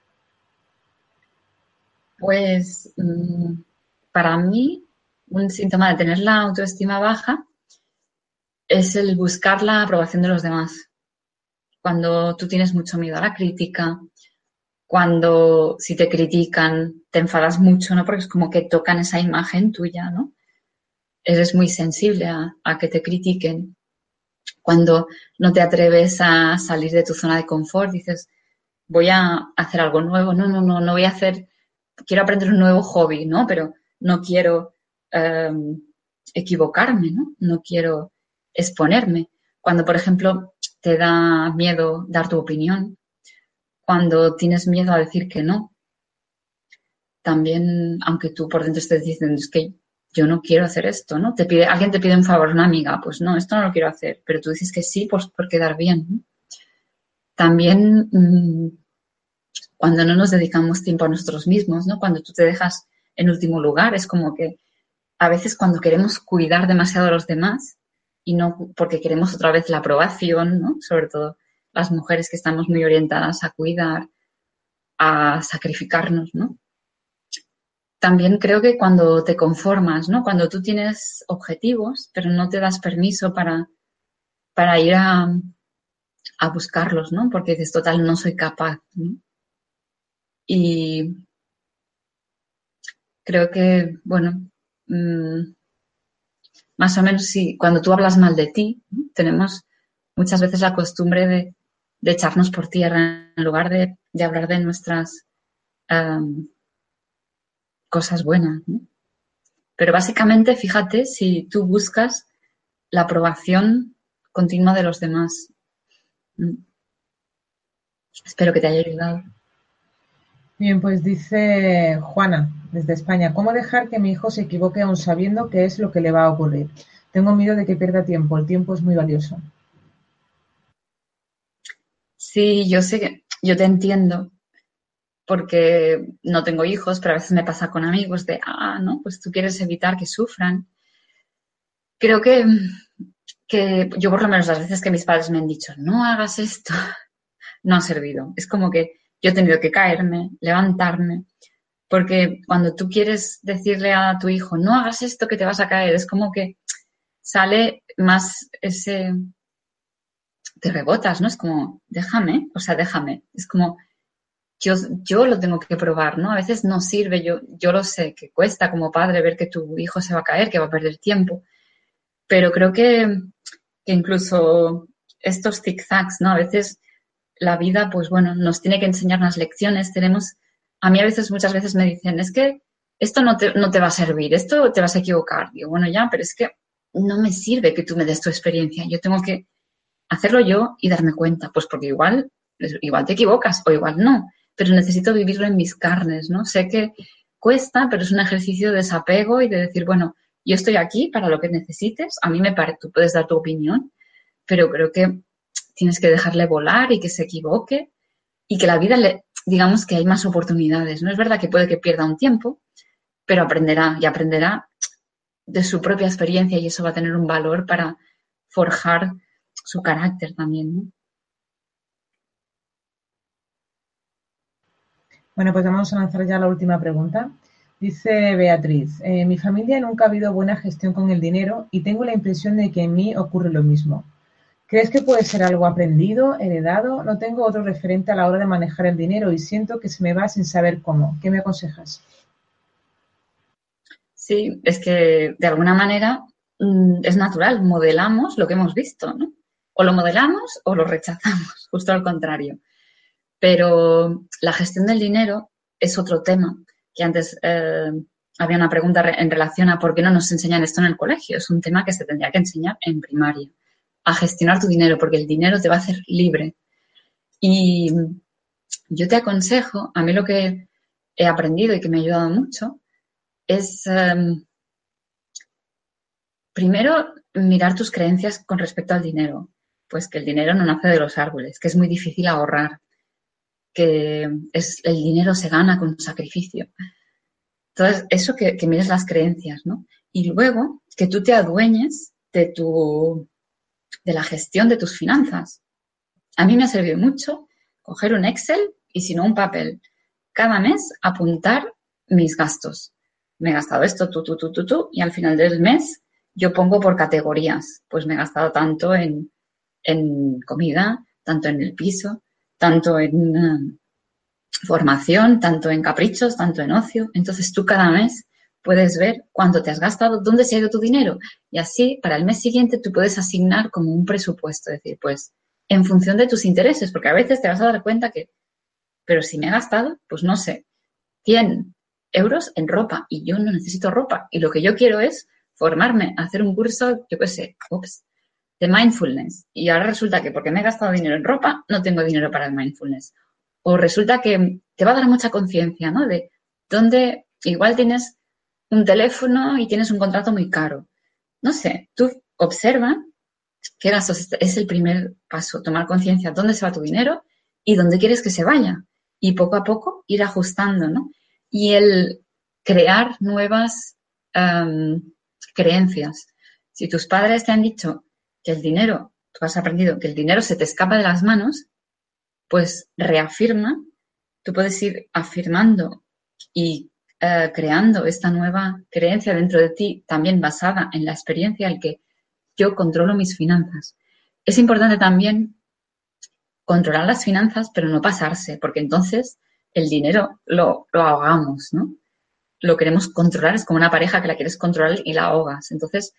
Pues para mí un síntoma de tener la autoestima baja es el buscar la aprobación de los demás. Cuando tú tienes mucho miedo a la crítica, cuando si te critican te enfadas mucho, ¿no? Porque es como que tocan esa imagen tuya, ¿no? Eres muy sensible a, a que te critiquen. Cuando no te atreves a salir de tu zona de confort, dices, voy a hacer algo nuevo. No, no, no, no voy a hacer... Quiero aprender un nuevo hobby, ¿no? Pero no quiero eh, equivocarme, ¿no? No quiero exponerme. Cuando, por ejemplo, te da miedo dar tu opinión, cuando tienes miedo a decir que no, también, aunque tú por dentro estés diciendo, es que yo no quiero hacer esto, ¿no? Te pide, alguien te pide un favor, una amiga, pues no, esto no lo quiero hacer, pero tú dices que sí, pues por quedar bien, ¿no? También mmm, cuando no nos dedicamos tiempo a nosotros mismos, ¿no? Cuando tú te dejas en último lugar, es como que a veces cuando queremos cuidar demasiado a los demás y no porque queremos otra vez la aprobación, ¿no? Sobre todo las mujeres que estamos muy orientadas a cuidar, a sacrificarnos, ¿no? También creo que cuando te conformas, ¿no? Cuando tú tienes objetivos, pero no te das permiso para, para ir a, a buscarlos, ¿no? Porque dices, total, no soy capaz, ¿no? Y creo que, bueno, mmm, más o menos sí, cuando tú hablas mal de ti, ¿no? Tenemos muchas veces la costumbre de, de echarnos por tierra en lugar de, de hablar de nuestras um, cosas buenas, ¿no? Pero básicamente, fíjate, si tú buscas la aprobación continua de los demás. ¿Mm? Espero que te haya ayudado. Bien, pues dice Juana, desde España, ¿cómo dejar que mi hijo se equivoque aún sabiendo qué es lo que le va a ocurrir? Tengo miedo de que pierda tiempo, el tiempo es muy valioso. Sí, yo sé que, yo te entiendo, porque no tengo hijos, pero a veces me pasa con amigos de, ah, no, pues tú quieres evitar que sufran. Creo que, que yo por lo menos las veces que mis padres me han dicho, no hagas esto, no ha servido. Es como que yo he tenido que caerme, levantarme, porque cuando tú quieres decirle a tu hijo, no hagas esto que te vas a caer, es como que sale más ese... te rebotas, ¿no? Es como, déjame, o sea, déjame. Es como, yo, yo lo tengo que probar, ¿no? A veces no sirve, yo, yo lo sé, que cuesta como padre ver que tu hijo se va a caer, que va a perder tiempo, pero creo que, que incluso estos zigzags, ¿no? A veces la vida, pues bueno, nos tiene que enseñar unas lecciones. Tenemos, a mí a veces, muchas veces me dicen, es que esto no te, no te va a servir, esto te vas a equivocar. Digo, bueno, ya, pero es que no me sirve que tú me des tu experiencia. Yo tengo que hacerlo yo y darme cuenta, pues porque igual, igual te equivocas o igual no, pero necesito vivirlo en mis carnes, ¿no? Sé que cuesta, pero es un ejercicio de desapego y de decir, bueno, yo estoy aquí para lo que necesites, a mí me parece, tú puedes dar tu opinión, pero creo que tienes que dejarle volar y que se equivoque y que la vida, le, digamos que hay más oportunidades, ¿no? Es verdad que puede que pierda un tiempo, pero aprenderá y aprenderá de su propia experiencia y eso va a tener un valor para forjar su carácter también, ¿no? Bueno, pues vamos a lanzar ya la última pregunta. Dice Beatriz, en mi familia nunca ha habido buena gestión con el dinero y tengo la impresión de que en mí ocurre lo mismo. ¿Crees que puede ser algo aprendido, heredado? No tengo otro referente a la hora de manejar el dinero y siento que se me va sin saber cómo. ¿Qué me aconsejas? Sí, es que de alguna manera mmm, es natural, modelamos lo que hemos visto, ¿no? O lo modelamos o lo rechazamos, justo al contrario. Pero la gestión del dinero es otro tema, que antes eh, había una pregunta en relación a por qué no nos enseñan esto en el colegio. Es un tema que se tendría que enseñar en primaria, a gestionar tu dinero, porque el dinero te va a hacer libre. Y yo te aconsejo, a mí lo que he aprendido y que me ha ayudado mucho, es eh, primero mirar tus creencias con respecto al dinero. Pues que el dinero no nace de los árboles, que es muy difícil ahorrar, que es, el dinero se gana con sacrificio. Entonces, eso que, que mires las creencias, ¿no? Y luego, que tú te adueñes de tu, de la gestión de tus finanzas. A mí me ha servido mucho coger un Excel y si no un papel. Cada mes apuntar mis gastos. Me he gastado esto, tú, tú, tú, tú, tú, y al final del mes yo pongo por categorías. Pues me he gastado tanto en, en comida, tanto en el piso, tanto en uh, formación, tanto en caprichos, tanto en ocio. Entonces tú cada mes puedes ver cuánto te has gastado, dónde se ha ido tu dinero. Y así, para el mes siguiente, tú puedes asignar como un presupuesto. Es decir, pues, en función de tus intereses, porque a veces te vas a dar cuenta que, pero si me he gastado, pues no sé, cien euros en ropa y yo no necesito ropa. Y lo que yo quiero es formarme, hacer un curso, yo qué sé, ups, de mindfulness. Y ahora resulta que porque me he gastado dinero en ropa, no tengo dinero para el mindfulness. O resulta que te va a dar mucha conciencia, ¿no? De dónde igual tienes un teléfono y tienes un contrato muy caro. No sé, tú observa qué gastos es el primer paso, tomar conciencia dónde se va tu dinero y dónde quieres que se vaya. Y poco a poco ir ajustando, ¿no? Y el crear nuevas um, creencias. Si tus padres te han dicho que el dinero, tú has aprendido que el dinero se te escapa de las manos, pues reafirma, tú puedes ir afirmando y uh, creando esta nueva creencia dentro de ti, también basada en la experiencia en que yo controlo mis finanzas. Es importante también controlar las finanzas, pero no pasarse, porque entonces el dinero lo, lo ahogamos, ¿no? Lo queremos controlar, es como una pareja que la quieres controlar y la ahogas. Entonces,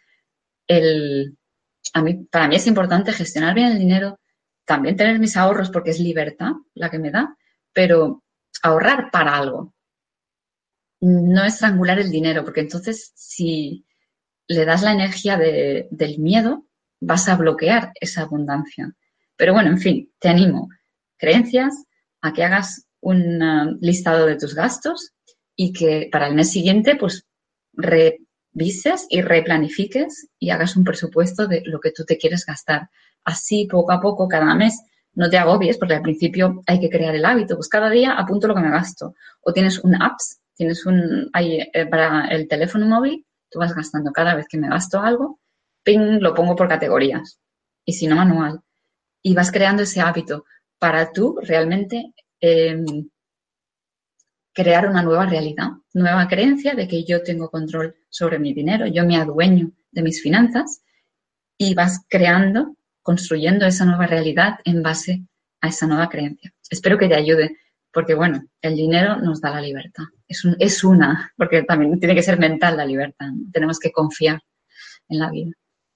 el, a mí, para mí es importante gestionar bien el dinero, también tener mis ahorros porque es libertad la que me da, pero ahorrar para algo. No estrangular el dinero, porque entonces si le das la energía de, del miedo, vas a bloquear esa abundancia. Pero bueno, en fin, te animo, creencias, a que hagas un uh, listado de tus gastos y que para el mes siguiente, pues, revises y replanifiques y hagas un presupuesto de lo que tú te quieres gastar. Así, poco a poco, cada mes, no te agobies, porque al principio hay que crear el hábito. Pues cada día apunto lo que me gasto. O tienes un apps, tienes un, hay, eh, para el teléfono móvil, tú vas gastando cada vez que me gasto algo, ping, lo pongo por categorías. Y si no, manual. Y vas creando ese hábito para tú realmente eh, crear una nueva realidad, nueva creencia de que yo tengo control sobre mi dinero, yo me adueño de mis finanzas y vas creando, construyendo esa nueva realidad en base a esa nueva creencia. Espero que te ayude, porque bueno, el dinero nos da la libertad. Es, un, es una, porque también tiene que ser mental la libertad, ¿no? Tenemos que confiar en la vida.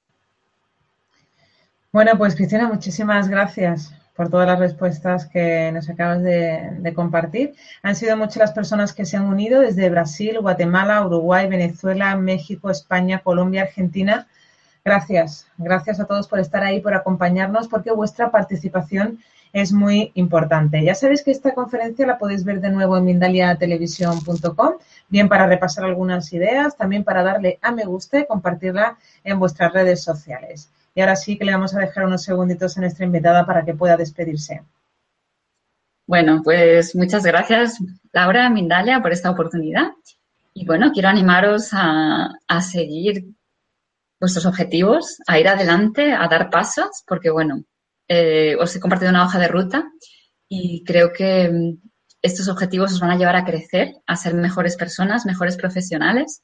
Bueno, pues Cristina, muchísimas gracias por todas las respuestas que nos acabas de, de compartir. Han sido muchas las personas que se han unido desde Brasil, Guatemala, Uruguay, Venezuela, México, España, Colombia, Argentina, Gracias, gracias a todos por estar ahí, por acompañarnos, porque vuestra participación es muy importante. Ya sabéis que esta conferencia la podéis ver de nuevo en mindalia televisión punto com, bien para repasar algunas ideas, también para darle a me gusta y compartirla en vuestras redes sociales. Y ahora sí que le vamos a dejar unos segunditos a nuestra invitada para que pueda despedirse. Bueno, pues muchas gracias, Laura, Mindalia, por esta oportunidad. Y bueno, quiero animaros a, a seguir vuestros objetivos, a ir adelante, a dar pasos, porque bueno, eh, os he compartido una hoja de ruta y creo que estos objetivos os van a llevar a crecer, a ser mejores personas, mejores profesionales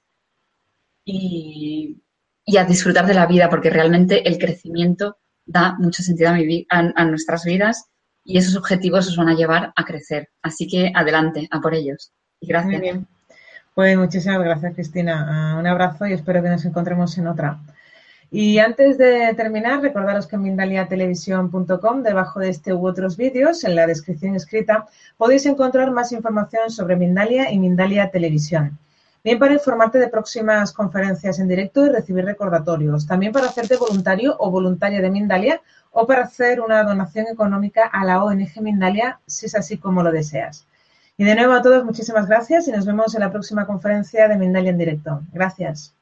y, y a disfrutar de la vida, porque realmente el crecimiento da mucho sentido a, mi vi- a, a nuestras vidas y esos objetivos os van a llevar a crecer. Así que adelante, a por ellos. Y gracias. Muy bien. Pues muchísimas gracias, Cristina. Uh, un abrazo y espero que nos encontremos en otra. Y antes de terminar, recordaros que en mindalia televisión punto com, debajo de este u otros vídeos, en la descripción escrita, podéis encontrar más información sobre Mindalia y Mindalia Televisión. Bien para informarte de próximas conferencias en directo y recibir recordatorios. También para hacerte voluntario o voluntaria de Mindalia o para hacer una donación económica a la O N G Mindalia, si es así como lo deseas. Y de nuevo a todos, muchísimas gracias y nos vemos en la próxima conferencia de Mindalia en directo. Gracias.